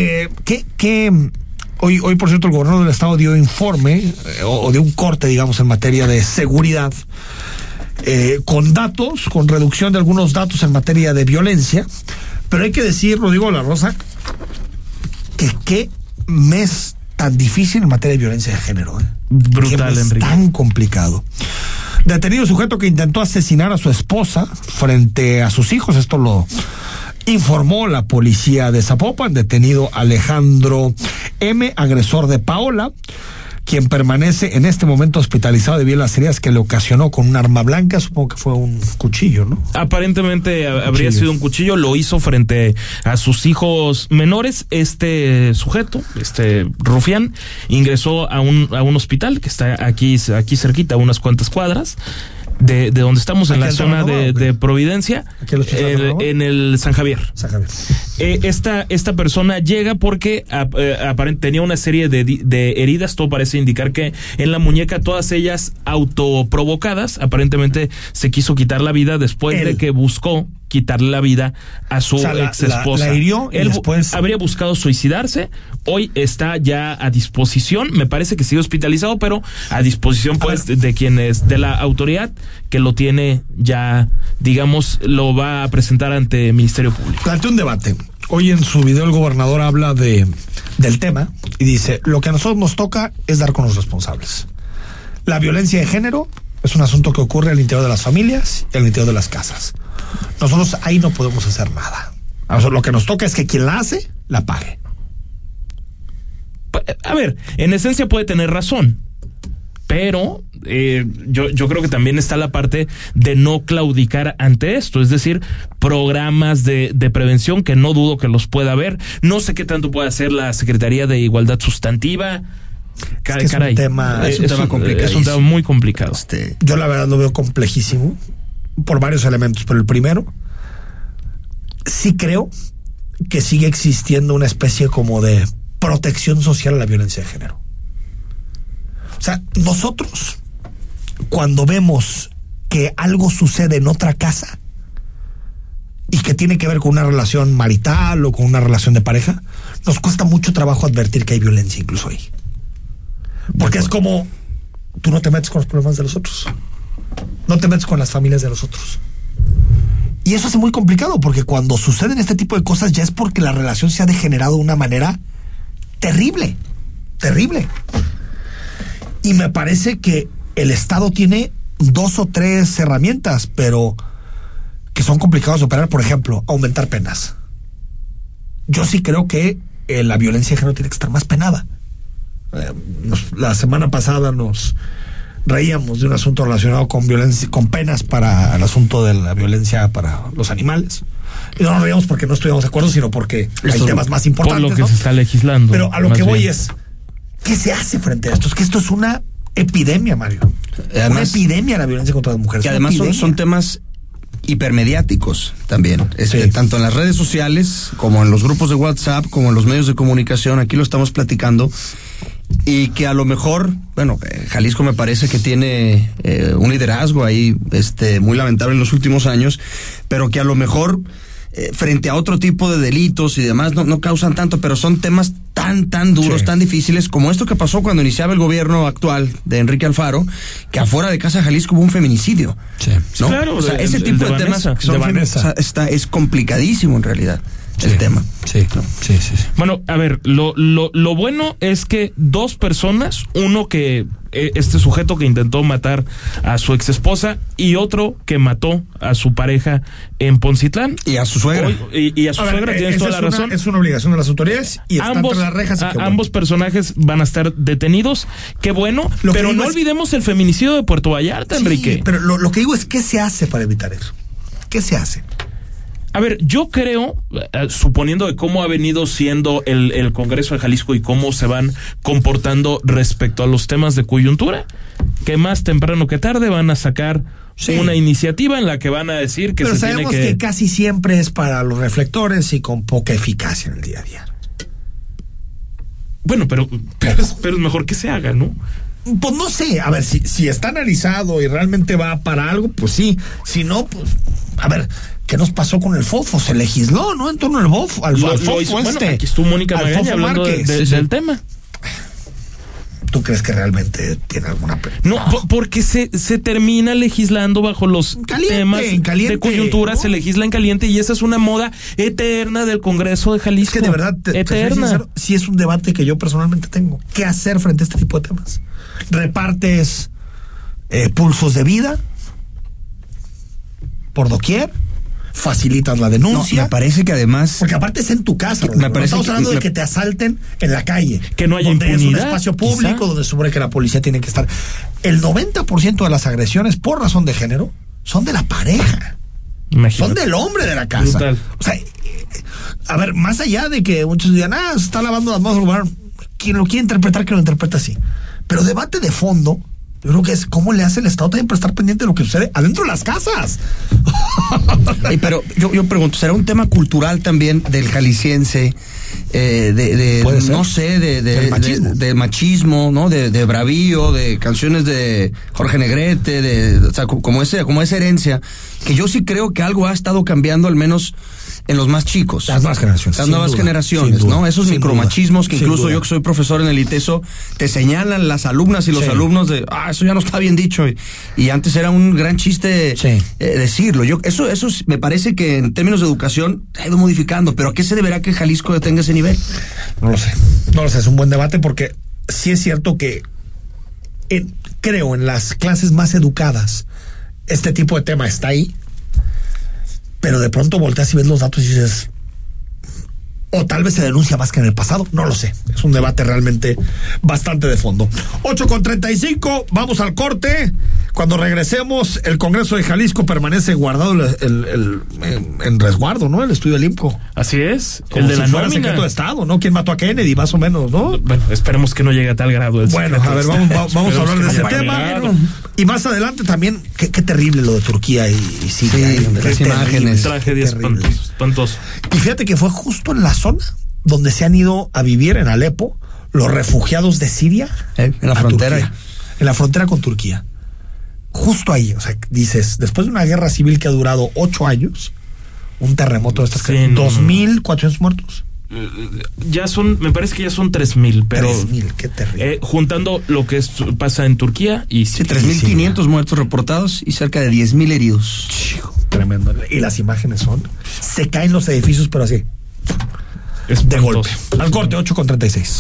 hoy por cierto el gobernador del estado dio informe o dio un corte, digamos, en materia de seguridad, con datos, con reducción de algunos datos en materia de violencia. Pero hay que decir, Rodrigo La Rosa, que qué mes tan difícil en materia de violencia de género. Brutal, Enrique. Tan complicado. Detenido sujeto que intentó asesinar a su esposa frente a sus hijos. Esto lo informó la policía de Zapopan. Detenido Alejandro M., agresor de Paola, quien permanece en este momento hospitalizado debido a las heridas que le ocasionó con un arma blanca. Supongo que fue un cuchillo, ¿no? Aparentemente habría sido un cuchillo. Lo hizo frente a sus hijos menores. Este sujeto, rufián, ingresó a un hospital que está aquí cerquita, a unas cuantas cuadras. de donde estamos, en la zona de Providencia, en el San Javier. Esta persona llega porque aparentemente tenía una serie de heridas, todo parece indicar que en la muñeca, todas ellas autoprovocadas. Aparentemente se quiso quitar la vida después de que buscó quitarle la vida a su ex esposa. La hirió y después habría buscado suicidarse. Hoy está ya a disposición, me parece que sigue hospitalizado, pero a disposición de quienes, de la autoridad que lo tiene ya, digamos, lo va a presentar ante el Ministerio Público. Plantea un debate. Hoy en su video el gobernador habla del tema y dice: lo que a nosotros nos toca es dar con los responsables. La violencia de género es un asunto que ocurre al interior de las familias y al interior de las casas. Nosotros ahí no podemos hacer nada. Lo que nos toca es que quien la hace, la pague. A ver, en esencia puede tener razón, pero yo creo que también está la parte de no claudicar ante esto, es decir, programas de prevención que no dudo que los pueda haber. No sé qué tanto puede hacer la Secretaría de Igualdad Sustantiva. Es un tema complicado. Es un tema muy complicado. Yo la verdad lo veo complejísimo por varios elementos, pero el primero, sí creo que sigue existiendo una especie como de protección social a la violencia de género. O sea, nosotros, cuando vemos que algo sucede en otra casa y que tiene que ver con una relación marital o con una relación de pareja, nos cuesta mucho trabajo advertir que hay violencia incluso ahí. Porque es como, tú no te metes con los problemas de los otros, no te metes con las familias de los otros. Y eso hace muy complicado, porque cuando suceden este tipo de cosas ya es porque la relación se ha degenerado de una manera terrible, terrible. Y me parece que el Estado tiene 2 o 3 herramientas, pero que son complicadas de operar. Por ejemplo, aumentar penas. Yo sí creo que la violencia de género tiene que estar más penada. La semana pasada nos reíamos de un asunto relacionado con violencia, con penas para el asunto de la violencia para los animales. Y no nos reíamos porque no estuvimos de acuerdo, sino porque hay temas más importantes, por lo que ¿no? se está legislando. Pero a lo que voy es, ¿qué se hace frente a esto? Es que esto es una epidemia, Mario. Además, una epidemia la violencia contra las mujeres. Que además son temas hipermediáticos también. Tanto en las redes sociales, como en los grupos de WhatsApp, como en los medios de comunicación. Aquí lo estamos platicando. Y que a lo mejor, bueno, Jalisco me parece que tiene un liderazgo ahí muy lamentable en los últimos años, pero que a lo mejor frente a otro tipo de delitos y demás no causan tanto, pero son temas tan duros, tan difíciles, como esto que pasó cuando iniciaba el gobierno actual de Enrique Alfaro, que afuera de Casa Jalisco hubo un feminicidio. ¿No? Claro, o sea, ese tipo de temas es complicadísimo en realidad. El tema. Sí. Bueno, a ver, lo bueno es que 2 personas, uno que este sujeto que intentó matar a su ex esposa y otro que mató a su pareja en Poncitlán. Y a su suegra. Y a su suegra, tienes toda la razón. Es una obligación de las autoridades y están entre las rejas. Ambos personajes van a estar detenidos. Qué bueno, pero no olvidemos el feminicidio de Puerto Vallarta, Enrique. Pero lo que digo es, ¿qué se hace para evitar eso? ¿Qué se hace? A ver, yo creo, suponiendo de cómo ha venido siendo el Congreso de Jalisco y cómo se van comportando respecto a los temas de coyuntura, que más temprano que tarde van a sacar una iniciativa en la que van a decir que pero se tiene que... Pero sabemos que casi siempre es para los reflectores y con poca eficacia en el día a día. Bueno, pero es mejor que se haga, ¿no? Pues no sé, a ver, si está analizado y realmente va para algo, pues sí. Si no, pues, a ver, ¿qué nos pasó con el FOFO? Se legisló, ¿no? En torno al FOFO. Bueno, aquí estuvo Mónica Magaña hablando del tema. ¿Tú crees que realmente tiene alguna pena? No, porque se termina legislando bajo los temas de coyuntura, ¿no? Se legisla en caliente y esa es una moda eterna del Congreso de Jalisco. Es que de verdad, eterna. Sincero, sí es un debate que yo personalmente tengo. ¿Qué hacer frente a este tipo de temas? Repartes pulsos de vida por doquier, facilitas la denuncia. No, me parece que además... Porque aparte es en tu casa, no estamos hablando de que te asalten en la calle. Que no haya donde impunidad. Es un espacio público, quizá, donde se supone que la policía tiene que estar. El 90% de las agresiones por razón de género son de la pareja. Imagínate. Son del hombre de la casa. Brutal. O sea, a ver, más allá de que muchos digan, se está lavando las manos, quien lo quiere interpretar, que lo interpreta así. Pero debate de fondo, Yo creo que es cómo le hace el Estado también para estar pendiente de lo que sucede adentro de las casas. Pero yo pregunto, ¿será un tema cultural también del jalisciense? No sé, de machismo, ¿no? De bravío, de canciones de Jorge Negrete, o sea, como esa herencia, que yo sí creo que algo ha estado cambiando, al menos en los más chicos. Las nuevas generaciones. Las nuevas generaciones, ¿no? Esos micromachismos que incluso yo que soy profesor en el ITESO, te señalan las alumnas y los alumnos de, eso ya no está bien dicho. Y antes era un gran chiste decirlo. Eso me parece que en términos de educación se ha ido modificando, pero ¿a qué se deberá que Jalisco tenga ese nivel? No lo sé, es un buen debate porque sí es cierto que creo en las clases más educadas este tipo de tema está ahí, pero de pronto volteas y ves los datos y dices, o tal vez se denuncia más que en el pasado, no lo sé. Es un debate realmente bastante de fondo. 8:35, vamos al corte. Cuando regresemos, el Congreso de Jalisco permanece guardado en resguardo, ¿no? El estudio del IMCO. Así es. Como el de la nómina. Secreto de Estado, ¿no? ¿Quién mató a Kennedy? Más o menos, ¿no? Bueno, esperemos que no llegue a tal grado. Bueno, a ver, vamos a hablar de ese tema. Y más adelante también, qué terrible lo de Turquía y Siria. Sí, las imágenes. Tragedias espantosas. Y fíjate que fue justo en la zona donde se han ido a vivir, en Alepo, los refugiados de Siria. En la frontera. Turquía, en la frontera con Turquía. Justo ahí, o sea, dices, después de una guerra civil que ha durado 8 años, un terremoto de estas 2.400 muertos. Me parece que ya son 3.000, pero 3.000, qué terrible. Juntando lo que pasa en Turquía y 3.500 muertos reportados y cerca de 10.000 heridos. Tremendo. Y las imágenes se caen los edificios, pero así, de golpe. Al corte, 8:36.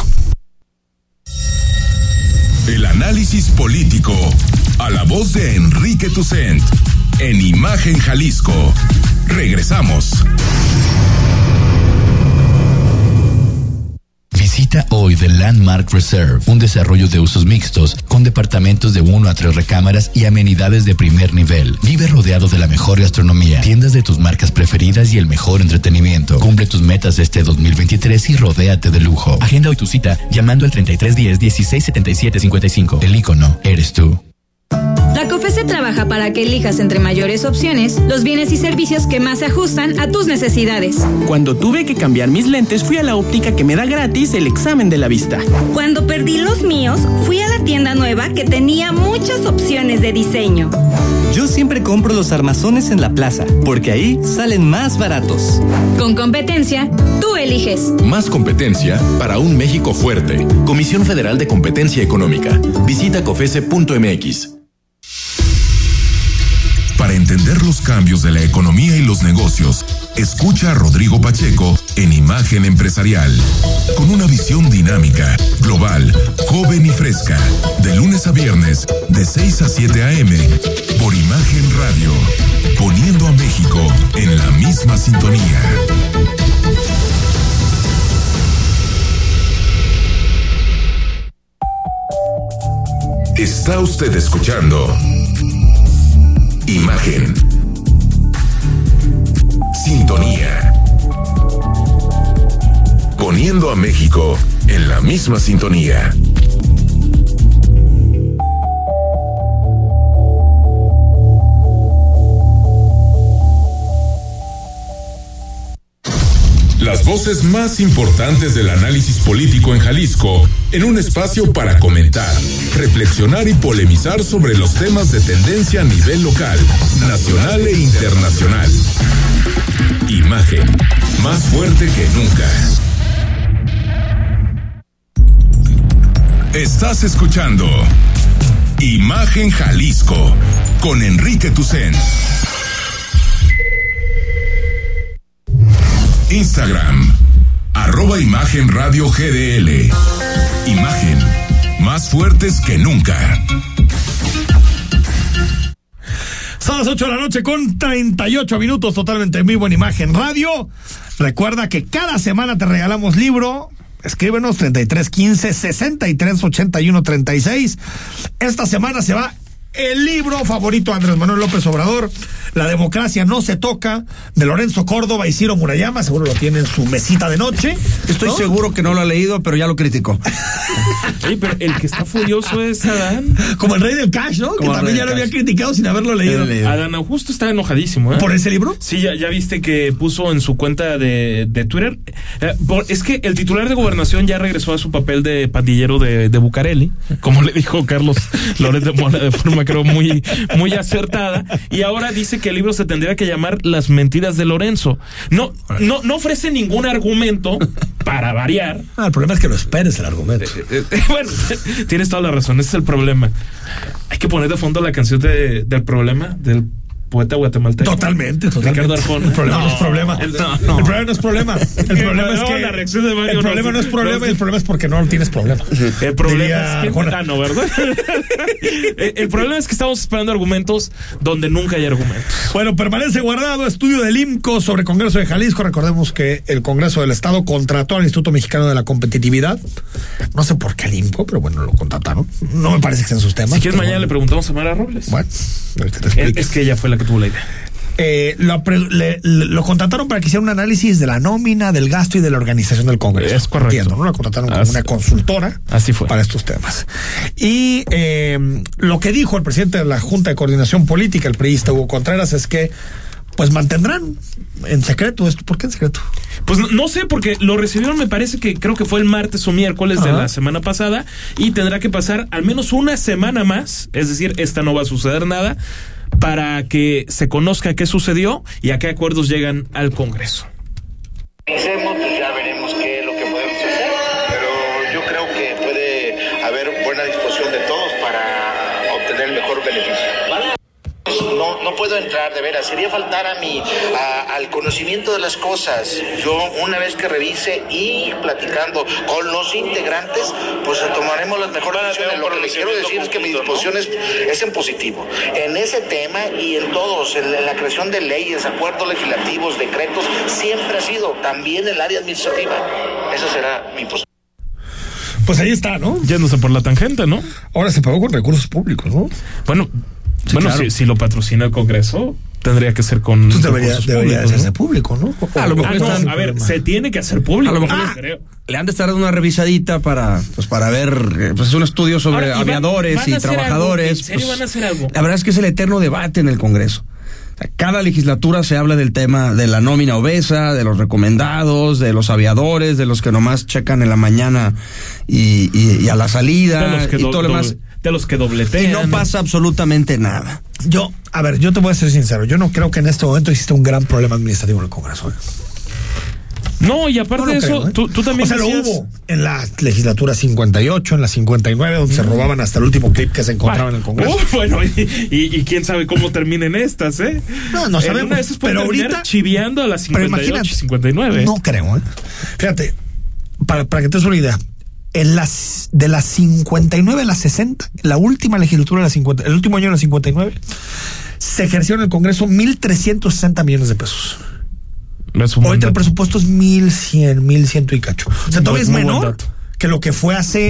El análisis político a la voz de Enrique Tucent en Imagen Jalisco. Regresamos. Visita hoy The Landmark Reserve, un desarrollo de usos mixtos con departamentos de 1 a 3 recámaras y amenidades de primer nivel. Vive rodeado de la mejor gastronomía, tiendas de tus marcas preferidas y el mejor entretenimiento. Cumple tus metas este 2023 y rodéate de lujo. Agenda hoy tu cita llamando al 3310-1677-55. El ícono eres tú. La COFESE trabaja para que elijas entre mayores opciones los bienes y servicios que más se ajustan a tus necesidades. Cuando tuve que cambiar mis lentes, fui a la óptica que me da gratis el examen de la vista. Cuando perdí los míos, fui a la tienda nueva que tenía muchas opciones de diseño. Yo siempre compro los armazones en la plaza, porque ahí salen más baratos. Con competencia, tú eliges. Más competencia para un México fuerte. Comisión Federal de Competencia Económica. Visita cofese.mx. Para entender los cambios de la economía y los negocios, escucha a Rodrigo Pacheco en Imagen Empresarial, con una visión dinámica, global, joven y fresca, de lunes a viernes, de 6 a 7 a.m., por Imagen Radio, poniendo a México en la misma sintonía. Está usted escuchando Imagen. Sintonía. Poniendo a México en la misma sintonía. Las voces más importantes del análisis político en Jalisco, en un espacio para comentar, reflexionar y polemizar sobre los temas de tendencia a nivel local, nacional e internacional. Imagen, más fuerte que nunca. Estás escuchando Imagen Jalisco con Enrique Tucent. Instagram, @Imagen Radio GDL. Imagen, más fuertes que nunca. Son las 8 de la noche con 38 minutos, totalmente en vivo en Imagen Radio. Recuerda que cada semana te regalamos libro. Escríbenos 3315-6381-36. Esta semana se va el libro favorito de Andrés Manuel López Obrador, La democracia no se toca, de Lorenzo Córdoba y Ciro Murayama, seguro lo tiene en su mesita de noche. Estoy seguro que no lo ha leído, pero ya lo criticó. Sí, pero el que está furioso es Adán. Como el rey del cash, ¿no? Que también ya lo había criticado sin haberlo leído. Adán Augusto está enojadísimo, ¿eh? ¿Por ese libro? Sí, ya viste que puso en su cuenta de Twitter. Es que el titular de Gobernación ya regresó a su papel de pandillero de Bucareli, como le dijo Carlos Loret de Mola de forma, creo, muy acertada. Y ahora dice que el libro se tendría que llamar Las mentiras de Lorenzo. No ofrece ningún argumento para variar. El problema es que lo esperes el argumento. Bueno, tienes toda la razón, ese es el problema. Hay que poner de fondo la canción del problema, del poeta guatemalteco. Totalmente. Ricardo Arjona. El problema no es problema. El problema no es problema. El problema es que la reacción de Mario el problema no es problema y el problema es porque no tienes problema. El problema es que ¿verdad? El problema es que estamos esperando argumentos donde nunca hay argumentos. Bueno, permanece guardado estudio del IMCO sobre Congreso de Jalisco. Recordemos que el Congreso del Estado contrató al Instituto Mexicano de la Competitividad. No sé por qué el IMCO, pero bueno, lo contrataron. No me parece que sean sus temas. Si quieres, mañana le preguntamos a Mara Robles. Bueno, es que ella fue la que tuvo la idea. Lo contrataron para que hiciera un análisis de la nómina, del gasto y de la organización del Congreso. Es correcto. Entiendo, ¿no? La contrataron como una consultora. Así fue. Para estos temas. Y lo que dijo el presidente de la Junta de Coordinación Política, el priista Hugo Contreras, es que pues mantendrán en secreto esto. ¿Por qué en secreto? Pues no sé, porque lo recibieron, me parece que creo que fue el martes o miércoles de la semana pasada, y tendrá que pasar al menos una semana más, es decir, esta no va a suceder nada, para que se conozca qué sucedió y a qué acuerdos llegan al Congreso. Pues ya veremos qué es lo que podemos hacer, pero yo creo que puede haber buena disposición de todos para obtener el mejor beneficio. No puedo entrar, de veras, sería faltar al conocimiento de las cosas. Yo, una vez que revise y platicando con los integrantes, pues tomaremos las mejores decisiones. Lo que les quiero decir es que mi disposición es en positivo. En ese tema y en todos, en la creación de leyes, acuerdos legislativos, decretos, siempre ha sido, también el área administrativa. Esa será mi posición. Pues ahí está, ¿no? Yéndose por la tangente, ¿no? Ahora se pagó con recursos públicos, ¿no? Bueno, claro. si lo patrocina el Congreso, tendría que ser con debería hacerse público, ¿no? A lo mejor se tiene que hacer público. A lo mejor le han de estar dando una revisadita para ver, pues es un estudio sobre aviadores y trabajadores. ¿En serio van a hacer algo? La verdad es que es el eterno debate en el Congreso. Cada legislatura se habla del tema de la nómina obesa, de los recomendados, de los aviadores, de los que nomás checan en la mañana y a la salida y todo lo demás. De los que dobletean. Y no pasa absolutamente nada. Yo te voy a ser sincero, yo no creo que en este momento exista un gran problema administrativo en el Congreso. No, y aparte de eso, tú también o sea, lo hubo en la legislatura 58, en la 59, donde se robaban hasta el último clip que se encontraba en el Congreso. Bueno, y quién sabe cómo terminen estas, ¿eh? No sabemos. Pero ahorita chiviando a las 58 y 59. No creo, ¿eh? Fíjate, para que te des una idea, de las 59 a las 60, la última legislatura de la 50, el último año de la 59, se ejerció en el Congreso 1,360 millones de pesos. Ahorita el presupuesto es 1,100 y cacho. O sea, todavía es menor que lo que fue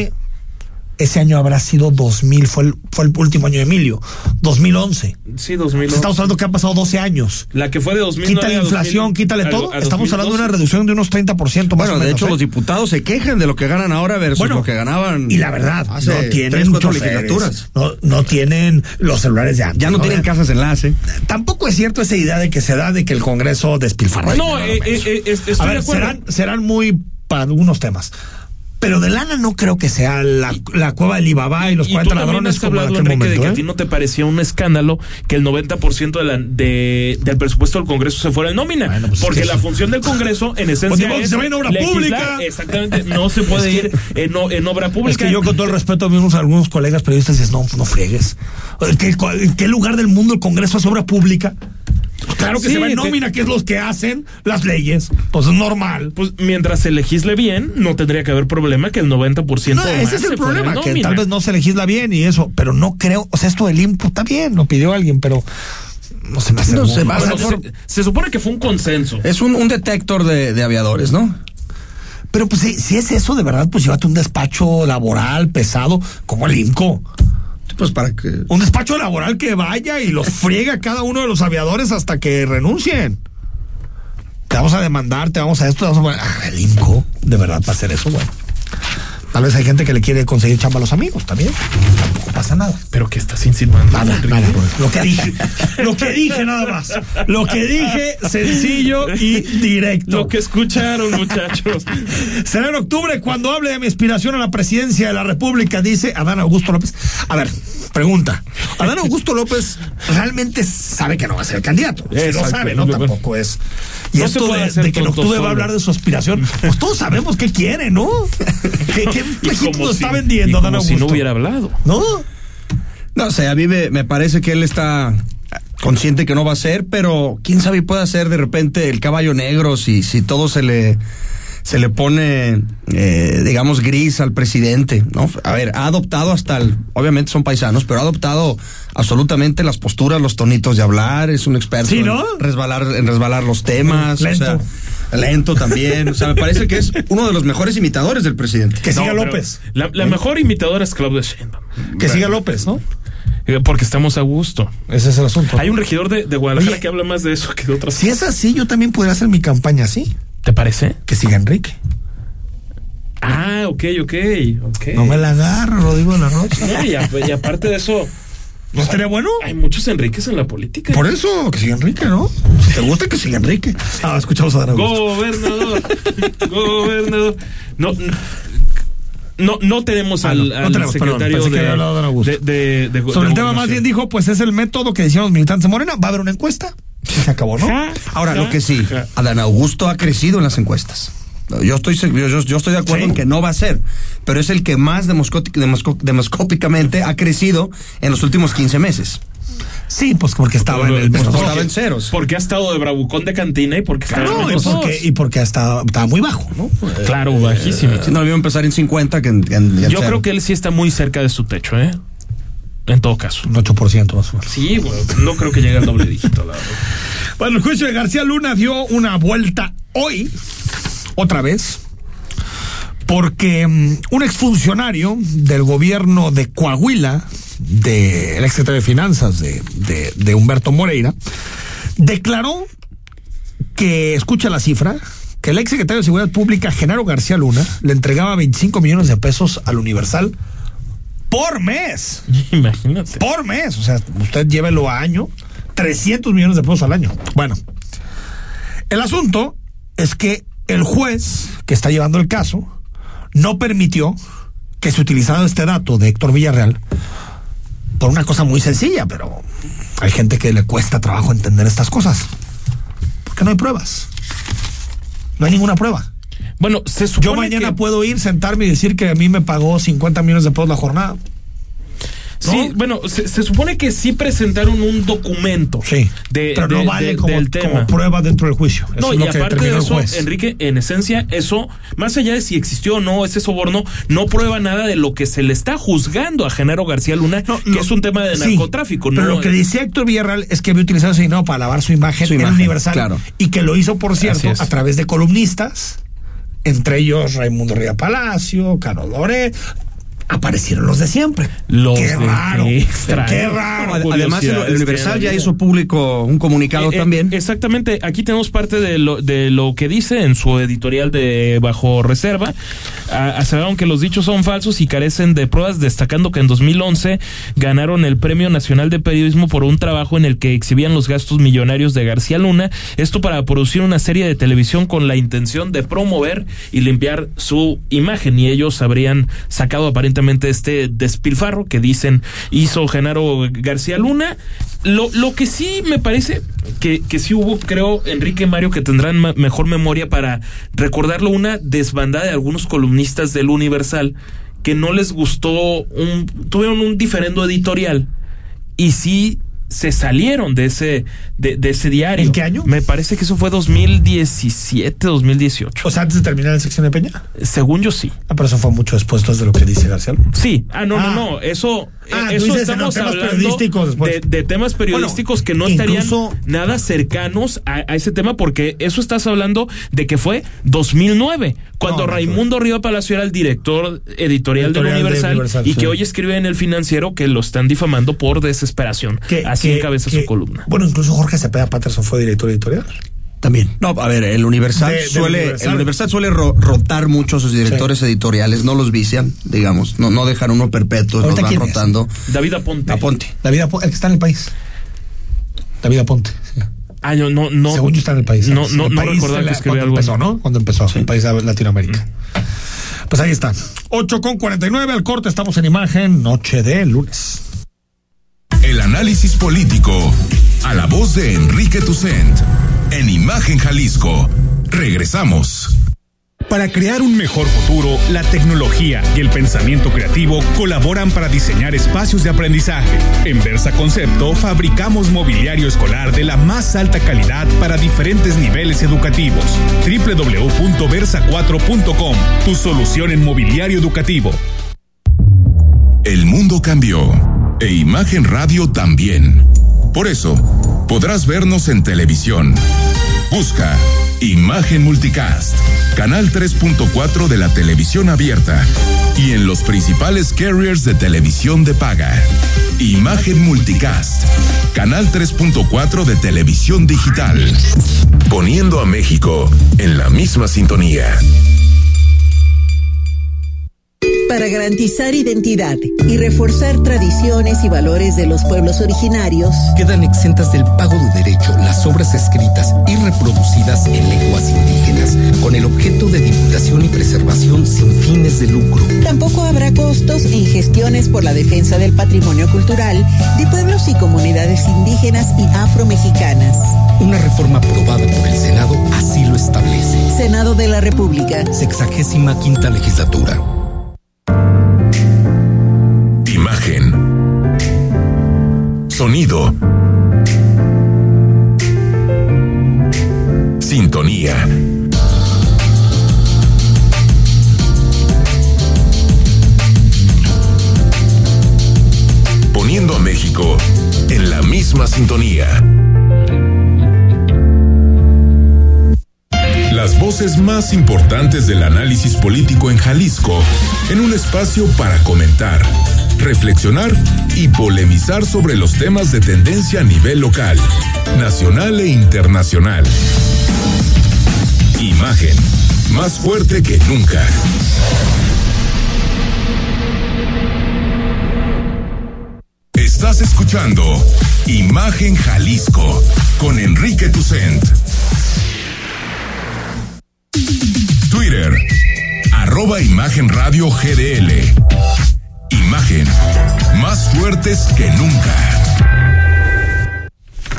ese año habrá sido 2000, fue el último año de Emilio, 2011. Sí, 2011. Estamos hablando que han pasado 12 años. La que fue de 2009 quita la inflación, quítale todo. Estamos hablando de una reducción de unos 30% más. Bueno, de hecho, los diputados se quejan de lo que ganan ahora versus lo que ganaban. Y la verdad, hace no tienen 3-4 legislaturas. No tienen los celulares de antes. Ya no tienen casas enlace. Tampoco es cierto esa idea de que se da de que el Congreso despilfarra. No, estoy a ver, de acuerdo. serán muy para algunos temas. Pero de lana no creo que sea la cueva del Alibaba y los 40 ladrones como en aquel Enrique, momento, de que a ti no te parecía un escándalo que el 90% del presupuesto del Congreso se fuera en nómina. Bueno, pues porque la función del Congreso, en esencia, es se va en obra pública. Exactamente, no se puede ir en obra pública. Es que yo, con todo el respeto, vimos a algunos colegas periodistas y dices, no friegues. ¿En qué lugar del mundo el Congreso hace obra pública? Claro que se va en nómina, que es los que hacen las leyes. Pues es normal. Pues mientras se legisle bien, no tendría que haber problema que el 90% no, ese es el problema, que tal vez no se legisla bien y eso, pero no creo, o sea, esto del IMPU está bien, lo pidió alguien, pero no se me hace. Se supone que fue un consenso. Es un detector de aviadores, ¿no? Pero pues si es eso de verdad, pues llévate un despacho laboral pesado como el IMCO. Pues para que... Un despacho laboral que vaya y los friegue a cada uno de los aviadores hasta que renuncien. Te vamos a demandar, te vamos a esto, te vamos a... el INCO, de verdad, para hacer eso, bueno. Tal vez hay gente que le quiere conseguir chamba a los amigos también. Tampoco pasa nada. ¿Pero qué estás insinuando? Nada. Lo que dije nada más. Lo que dije, sencillo y directo. Lo que escucharon, muchachos. Será en octubre cuando hable de mi aspiración a la presidencia de la República, dice Adán Augusto López. A ver, pregunta. ¿Adán Augusto López realmente sabe que no va a ser candidato? Si lo sabe, ¿no? Tampoco es... Y no esto de que en octubre va a hablar de su aspiración, pues todos sabemos qué quiere, ¿no? ¿Qué México está vendiendo Adán Augusto? Si no hubiera hablado. No sé, a mí me parece que él está consciente que no va a ser, pero quién sabe, puede ser de repente el caballo negro si todo se le pone, digamos, gris al presidente, ¿no? A ver, ha adoptado obviamente son paisanos, pero ha adoptado absolutamente las posturas, los tonitos de hablar, es un experto ¿sí, no? en resbalar los temas. Lento. O sea, lento también. O sea, me parece que es uno de los mejores imitadores del presidente. Que siga López. La mejor imitadora es Claudia Sheinbaum. Que siga López, ¿no? Porque estamos a gusto. Ese es el asunto. Hay un regidor de Guadalajara que habla más de eso que de otras Si cosas. es así, yo también podría hacer mi campaña así. ¿Te parece? Que siga Enrique. Ah, ok. No me la agarro, Rodrigo de la Rocha. No, y aparte de eso... ¿No estaría bueno? Hay muchos Enriques en la política. Por eso, que siga Enrique, ¿no? Si te gusta, que siga Enrique. Escuchamos a Adán Augusto. Gobernador. No tenemos al secretario de sobre el tema más bien dijo, pues es el método que decían los militantes de Morena, va a haber una encuesta y se acabó, ¿no? Ahora, lo que sí, Adán Augusto ha crecido en las encuestas. Yo estoy de acuerdo en que no va a ser, pero es el que más demoscópicamente ha crecido en los últimos 15 meses. Sí, pues porque estaba estaba en ceros. Porque ha estado de bravucón de cantina y porque porque estaba muy bajo, ¿no? Claro, bajísimo. Si no, iba a empezar en 50 Yo creo que él sí está muy cerca de su techo, ¿eh? En todo caso. Un 8% más o menos. Sí, bueno, no creo que llegue al doble dígito, la verdad. Bueno, el juicio de García Luna dio una vuelta hoy, otra vez, porque un exfuncionario del gobierno de Coahuila, del exsecretario de Finanzas de Humberto Moreira, declaró que, escucha la cifra, que el exsecretario de Seguridad Pública, Genaro García Luna, le entregaba 25 millones de pesos al Universal por mes. Imagínate. Por mes. O sea, usted llévelo a año, 300 millones de pesos al año. Bueno, el asunto es que el juez que está llevando el caso no permitió que se utilizara este dato de Héctor Villarreal por una cosa muy sencilla, pero hay gente que le cuesta trabajo entender estas cosas. Porque no hay pruebas. No hay ninguna prueba. Bueno, se supone yo mañana que... puedo ir, sentarme y decir que a mí me pagó 50 millones de pesos la jornada. ¿No? Sí, bueno, se supone que sí presentaron un documento. Sí, pero no vale como prueba dentro del juicio. No, y aparte de eso, Enrique, en esencia, eso, más allá de si existió o no ese soborno, no prueba nada de lo que se le está juzgando a Genaro García Luna, que es un tema de narcotráfico. Pero lo que dice Héctor Villarreal es que había utilizado ese dinero para lavar su imagen en Universal, claro. Y que lo hizo, por cierto, a través de columnistas, entre ellos Raimundo Ría Palacio, Carlos Lore. Aparecieron los de siempre. Qué raro. Qué raro. Además, el Universal ya hizo público un comunicado también. Exactamente. Aquí tenemos parte de lo que dice en su editorial de Bajo Reserva. Aseguraron que los dichos son falsos y carecen de pruebas, destacando que en 2011 ganaron el Premio Nacional de Periodismo por un trabajo en el que exhibían los gastos millonarios de García Luna. Esto para producir una serie de televisión con la intención de promover y limpiar su imagen. Y ellos habrían sacado aparentemente este despilfarro que dicen hizo Genaro García Luna. Lo que sí me parece que sí hubo, creo, Enrique, Mario, que tendrán mejor memoria para recordarlo, una desbandada de algunos columnistas del Universal que no les gustó, tuvieron un diferendo editorial y sí se salieron de ese diario. ¿En qué año? Me parece que eso fue 2017, 2018. O sea, antes de terminar la sección de Peña. Según yo sí. Pero eso fue mucho después de lo que dice García Luna. Sí. No. Eso eso estamos hablando de temas periodísticos que no estarían nada cercanos a ese tema, porque eso estás hablando de que fue 2009, cuando Raimundo Riva Palacio era el director editorial del Universal, y que hoy escribe en El Financiero que lo están difamando por desesperación. Así encabeza su columna. Bueno, incluso Jorge Cepeda Patterson fue director editorial. También. No, a ver, el Universal suele rotar mucho a sus directores editoriales, no los vician, digamos, no dejan uno perpetuo, los van rotando. David Aponte. David Aponte, el que está en El País. David Aponte. Sí. No. Según yo está en El País. No recordaba que escribía algo así. ¿No? Cuando empezó, El País de Latinoamérica. Pues ahí está. 8:49 al corte, estamos en Imagen, noche de lunes. El análisis político a la voz de Enrique Tucent en Imagen Jalisco. Regresamos. Para crear un mejor futuro, la tecnología y el pensamiento creativo colaboran para diseñar espacios de aprendizaje. En Versa Concepto fabricamos mobiliario escolar de la más alta calidad para diferentes niveles educativos. www.versa4.com, tu solución en mobiliario educativo. El mundo cambió e Imagen Radio también. Por eso, podrás vernos en televisión. Busca Imagen Multicast, canal 3.4 de la televisión abierta y en los principales carriers de televisión de paga. Imagen Multicast, canal 3.4 de televisión digital. Poniendo a México en la misma sintonía. Para garantizar identidad y reforzar tradiciones y valores de los pueblos originarios, quedan exentas del pago de derecho las obras escritas y reproducidas en lenguas indígenas, con el objeto de divulgación y preservación sin fines de lucro. Tampoco habrá costos en gestiones por la defensa del patrimonio cultural de pueblos y comunidades indígenas y afromexicanas. Una reforma aprobada por el Senado así lo establece. Senado de la República. 65ª legislatura. Imagen. Sonido. Sintonía. Poniendo a México en la misma sintonía. Las voces más importantes del análisis político en Jalisco, en un espacio para comentar, reflexionar y polemizar sobre los temas de tendencia a nivel local, nacional e internacional. Imagen, más fuerte que nunca. Estás escuchando Imagen Jalisco con Enrique Tucent. Twitter, @Imagen Radio GDL. Imagen, más fuertes que nunca.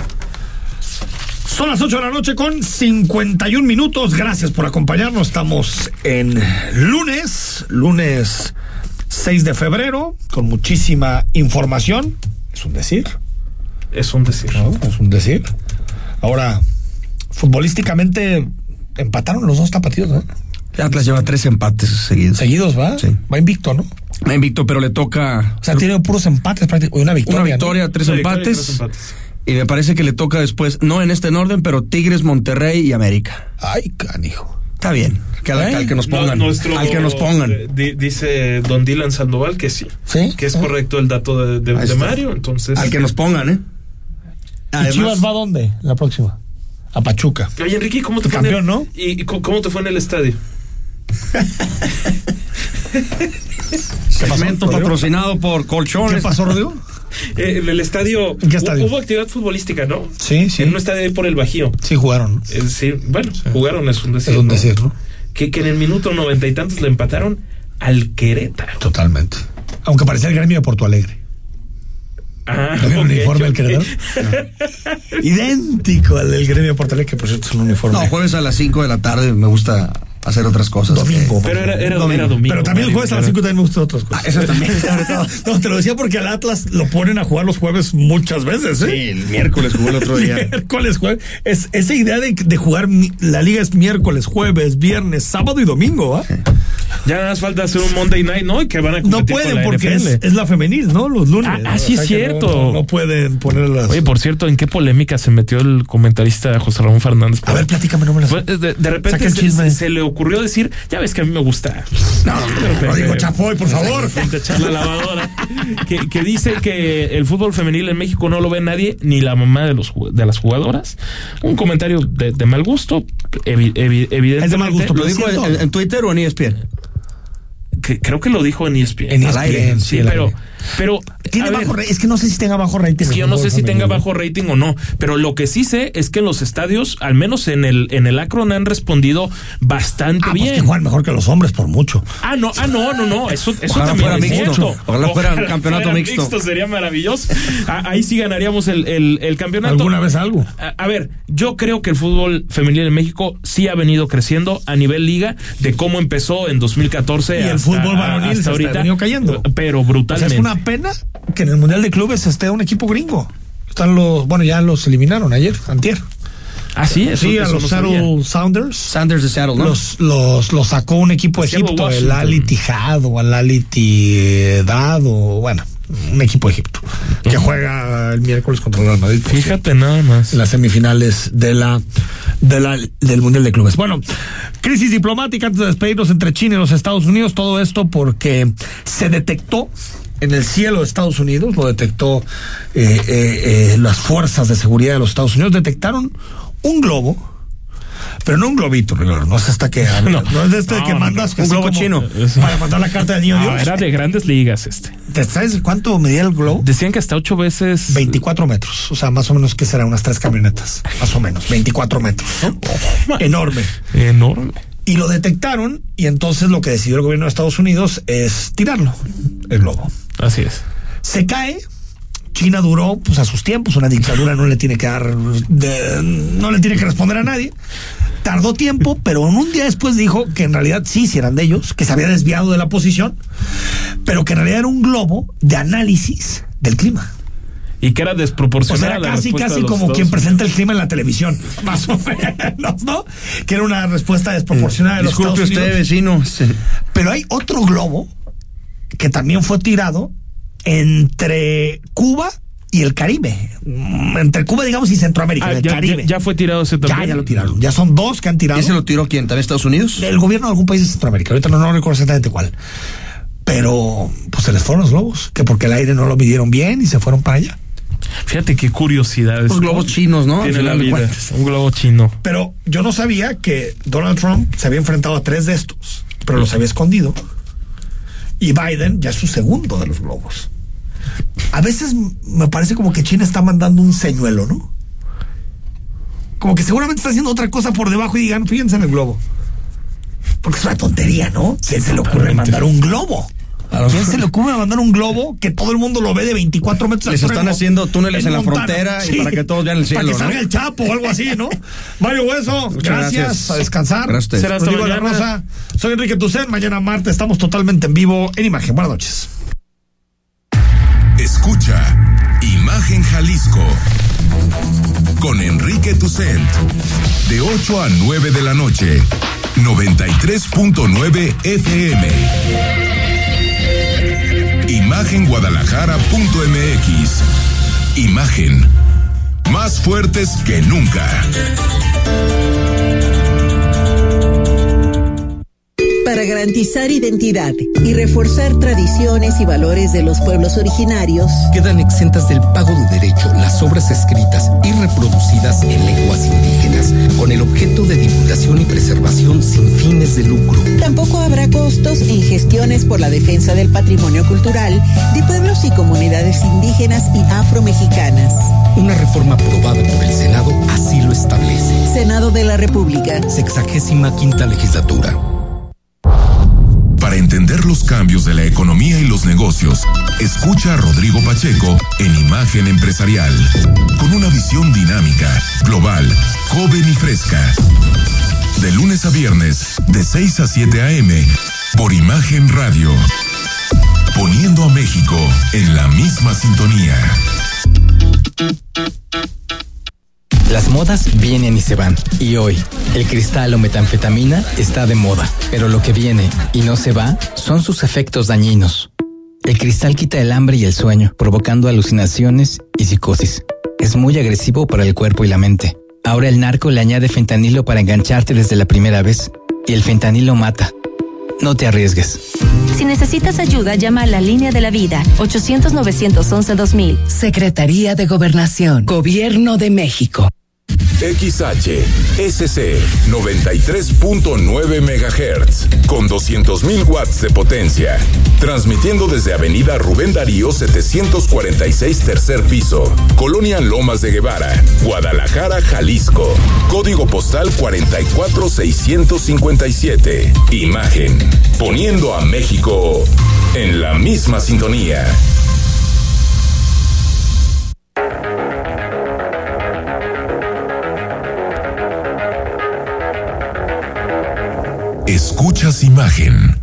Son las 8 de la noche con 51 minutos. Gracias por acompañarnos. Estamos en lunes 6 de febrero, con muchísima información. Es un decir. Es un decir. No, es un decir. Ahora, futbolísticamente empataron los dos tapatíos, ¿no? Atlas lleva 3 empates seguidos. Seguidos, ¿va? Sí. Va invicto, ¿no? Va invicto, pero le toca... O sea, tiene puros empates prácticamente. Una victoria. Una victoria, ¿no? 3 empates. Y me parece que le toca después, no en este orden, pero Tigres, Monterrey y América. Ay, canijo. Está bien. Al que nos pongan. Al que nos pongan. Dice don Dylan Sandoval que sí. ¿Sí? Que es correcto el dato de Mario, entonces... Al que nos pongan, ¿eh? Además, ¿y Chivas va a dónde? La próxima. A Pachuca. Oye, Enrique, ¿cómo te fue campeón, ¿no? ¿Y cómo te fue en el estadio? Segmento patrocinado por Colchones. ¿Qué pasó, Rodrigo? En el estadio. ¿En qué estadio? Hubo actividad futbolística, ¿no? Sí. En un estadio ahí por el Bajío. Sí, jugaron. Sí, bueno, sí. Jugaron, es un decir. Es un decir, ¿no? Que en el minuto 90 y tantos le empataron al Querétaro. Totalmente. Aunque parecía el gremio de Porto Alegre. ¿No vieron el uniforme del Querétaro? No. Idéntico al del gremio de Porto Alegre, que por cierto es un uniforme. No, jueves a las 5 de la tarde me gusta hacer otras cosas. Domingo. Pero era domingo. Pero también el jueves a las 5 también me gustan otras cosas. Eso también. No, te lo decía porque al Atlas lo ponen a jugar los jueves muchas veces, ¿eh? Sí, el miércoles jugó el otro día. Miércoles, jueves. Es esa idea de jugar, la liga es miércoles, jueves, viernes, sábado y domingo, ¿ah? Sí. Ya nada más falta hacer un Monday Night, ¿no? Y que van a competir. No pueden con la porque NFL. es la femenil, ¿no? Los lunes. Sí es cierto. No pueden ponerlas. Oye, por cierto, ¿en qué polémica se metió el comentarista José Ramón Fernández? A ver, platícame, no me las... De repente se le ocurrió decir, ya ves que a mí me gusta. No digo Chapoy, por favor. Echar la lavadora. que dice que el fútbol femenil en México no lo ve nadie, ni la mamá de las jugadoras. Un comentario de mal gusto, evidentemente. Es de mal gusto. ¿Lo dijo en Twitter o en ESPN? Creo que lo dijo en ESPN. En ESPN, sí, pero tiene bajo, es que no sé si tenga bajo rating. Es que yo no sé si tenga bajo rating o no, pero lo que sí sé es que en los estadios, al menos en el Akron, han respondido bastante bien. Pues que juegan mejor que los hombres por mucho. No, eso ojalá también fuera es mixto. cierto. Ojalá fuera un campeonato mixto. Sería maravilloso. Ahí sí ganaríamos el campeonato. ¿Alguna vez algo? A ver, yo creo que el fútbol femenil en México sí ha venido creciendo a nivel liga, de cómo empezó en 2014 y el fútbol varonil hasta ahorita ha venido cayendo. Pero brutalmente. O sea, es una pena que en el Mundial de Clubes esté un equipo gringo. Ya los eliminaron antier. Sí, a los Seattle Sounders. Sounders de Seattle, ¿no? Los sacó un equipo de Egipto, el Al Ittihad o el Al Ittihad un equipo de Egipto que juega el miércoles contra el Real Madrid. Fíjate nada más. En las semifinales del Mundial de Clubes. Bueno, crisis diplomática antes de despedirnos entre China y los Estados Unidos. Todo esto porque se detectó en el cielo de Estados Unidos, lo detectó las fuerzas de seguridad de los Estados Unidos, detectaron un globo, pero no un globito, no es hasta que no es que mandas un globo chino para mandar la carta de niño Dios. Era de grandes ligas ¿Sabes cuánto medía el globo? Decían que hasta 8 veces 24 metros, o sea, más o menos que será unas 3 camionetas, más o menos 24 metros, ¿no? Enorme. Y lo detectaron, y entonces lo que decidió el gobierno de Estados Unidos es tirarlo, el globo. Así es. Se cae. China duró a sus tiempos, una dictadura no le tiene que responder a nadie. Tardó tiempo, pero en un día después dijo que en realidad sí eran de ellos, que se había desviado de la posición, pero que en realidad era un globo de análisis del clima. Y que era desproporcionada. O sea, casi como quien presenta el clima en la televisión, más o menos, ¿no? Que era una respuesta desproporcionada de los Estados Unidos. Disculpe usted, vecino. Sí. Pero hay otro globo que también fue tirado entre Cuba y el Caribe. Entre Cuba, digamos, y Centroamérica, el Caribe. Ya fue tirado ese también. Ya lo tiraron. Ya son 2 que han tirado. ¿Y se lo tiró quién? ¿También Estados Unidos? El gobierno de algún país de Centroamérica. Ahorita no recuerdo exactamente cuál. Pero, pues se les fueron los globos. Que porque el aire no lo midieron bien y se fueron para allá. Fíjate qué curiosidades. Los globos chinos, ¿no? Tiene la vida. Un globo chino. Pero yo no sabía que Donald Trump se había enfrentado a 3 de estos, pero los había escondido. Y Biden ya es su segundo de los globos. A veces me parece como que China está mandando un señuelo, ¿no? Como que seguramente está haciendo otra cosa por debajo y digan, fíjense en el globo. Porque es una tontería, ¿no? ¿Quién se le ocurre mandar un globo? ¿Quién se le ocurre mandar un globo que todo el mundo lo ve de 24 metros? Les están haciendo túneles en la frontera y para que todos vean el cielo, para que salga el Chapo o algo así, ¿no? Mario Hueso, gracias. A descansar. Gracias. Será hasta mañana. Rosa. Soy Enrique Tucen. Mañana martes estamos totalmente en vivo en Imagen. Buenas noches. Escucha Imagen Jalisco con Enrique Tucent de 8 a 9 de la noche, 93.9 FM. Imagenguadalajara.mx. Imagen. Más fuertes que nunca. Para garantizar identidad y reforzar tradiciones y valores de los pueblos originarios, quedan exentas del pago de derecho las obras escritas y reproducidas en lenguas indígenas, con el objeto de divulgación y preservación sin fines de lucro. Tampoco habrá costos en gestiones por la defensa del patrimonio cultural de pueblos y comunidades indígenas y afromexicanas. Una reforma aprobada por el Senado así lo establece. Senado de la República. 65ª legislatura. Para entender los cambios de la economía y los negocios, escucha a Rodrigo Pacheco en Imagen Empresarial, con una visión dinámica, global, joven y fresca. De lunes a viernes, de 6 a 7 a.m., por Imagen Radio. Poniendo a México en la misma sintonía. Las modas vienen y se van. Y hoy, el cristal o metanfetamina está de moda. Pero lo que viene y no se va son sus efectos dañinos. El cristal quita el hambre y el sueño, provocando alucinaciones y psicosis. Es muy agresivo para el cuerpo y la mente. Ahora el narco le añade fentanilo para engancharte desde la primera vez. Y el fentanilo mata. No te arriesgues. Si necesitas ayuda, llama a la Línea de la Vida, 800-911-2000. Secretaría de Gobernación, Gobierno de México. XHSC 93.9 MHz con 200.000 watts de potencia, transmitiendo desde Avenida Rubén Darío 746 tercer piso, Colonia Lomas de Guevara, Guadalajara, Jalisco, código postal 44657. Imagen, poniendo a México en la misma sintonía. Escuchas Imagen.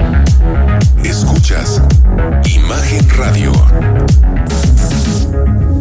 Escuchas Imagen Radio.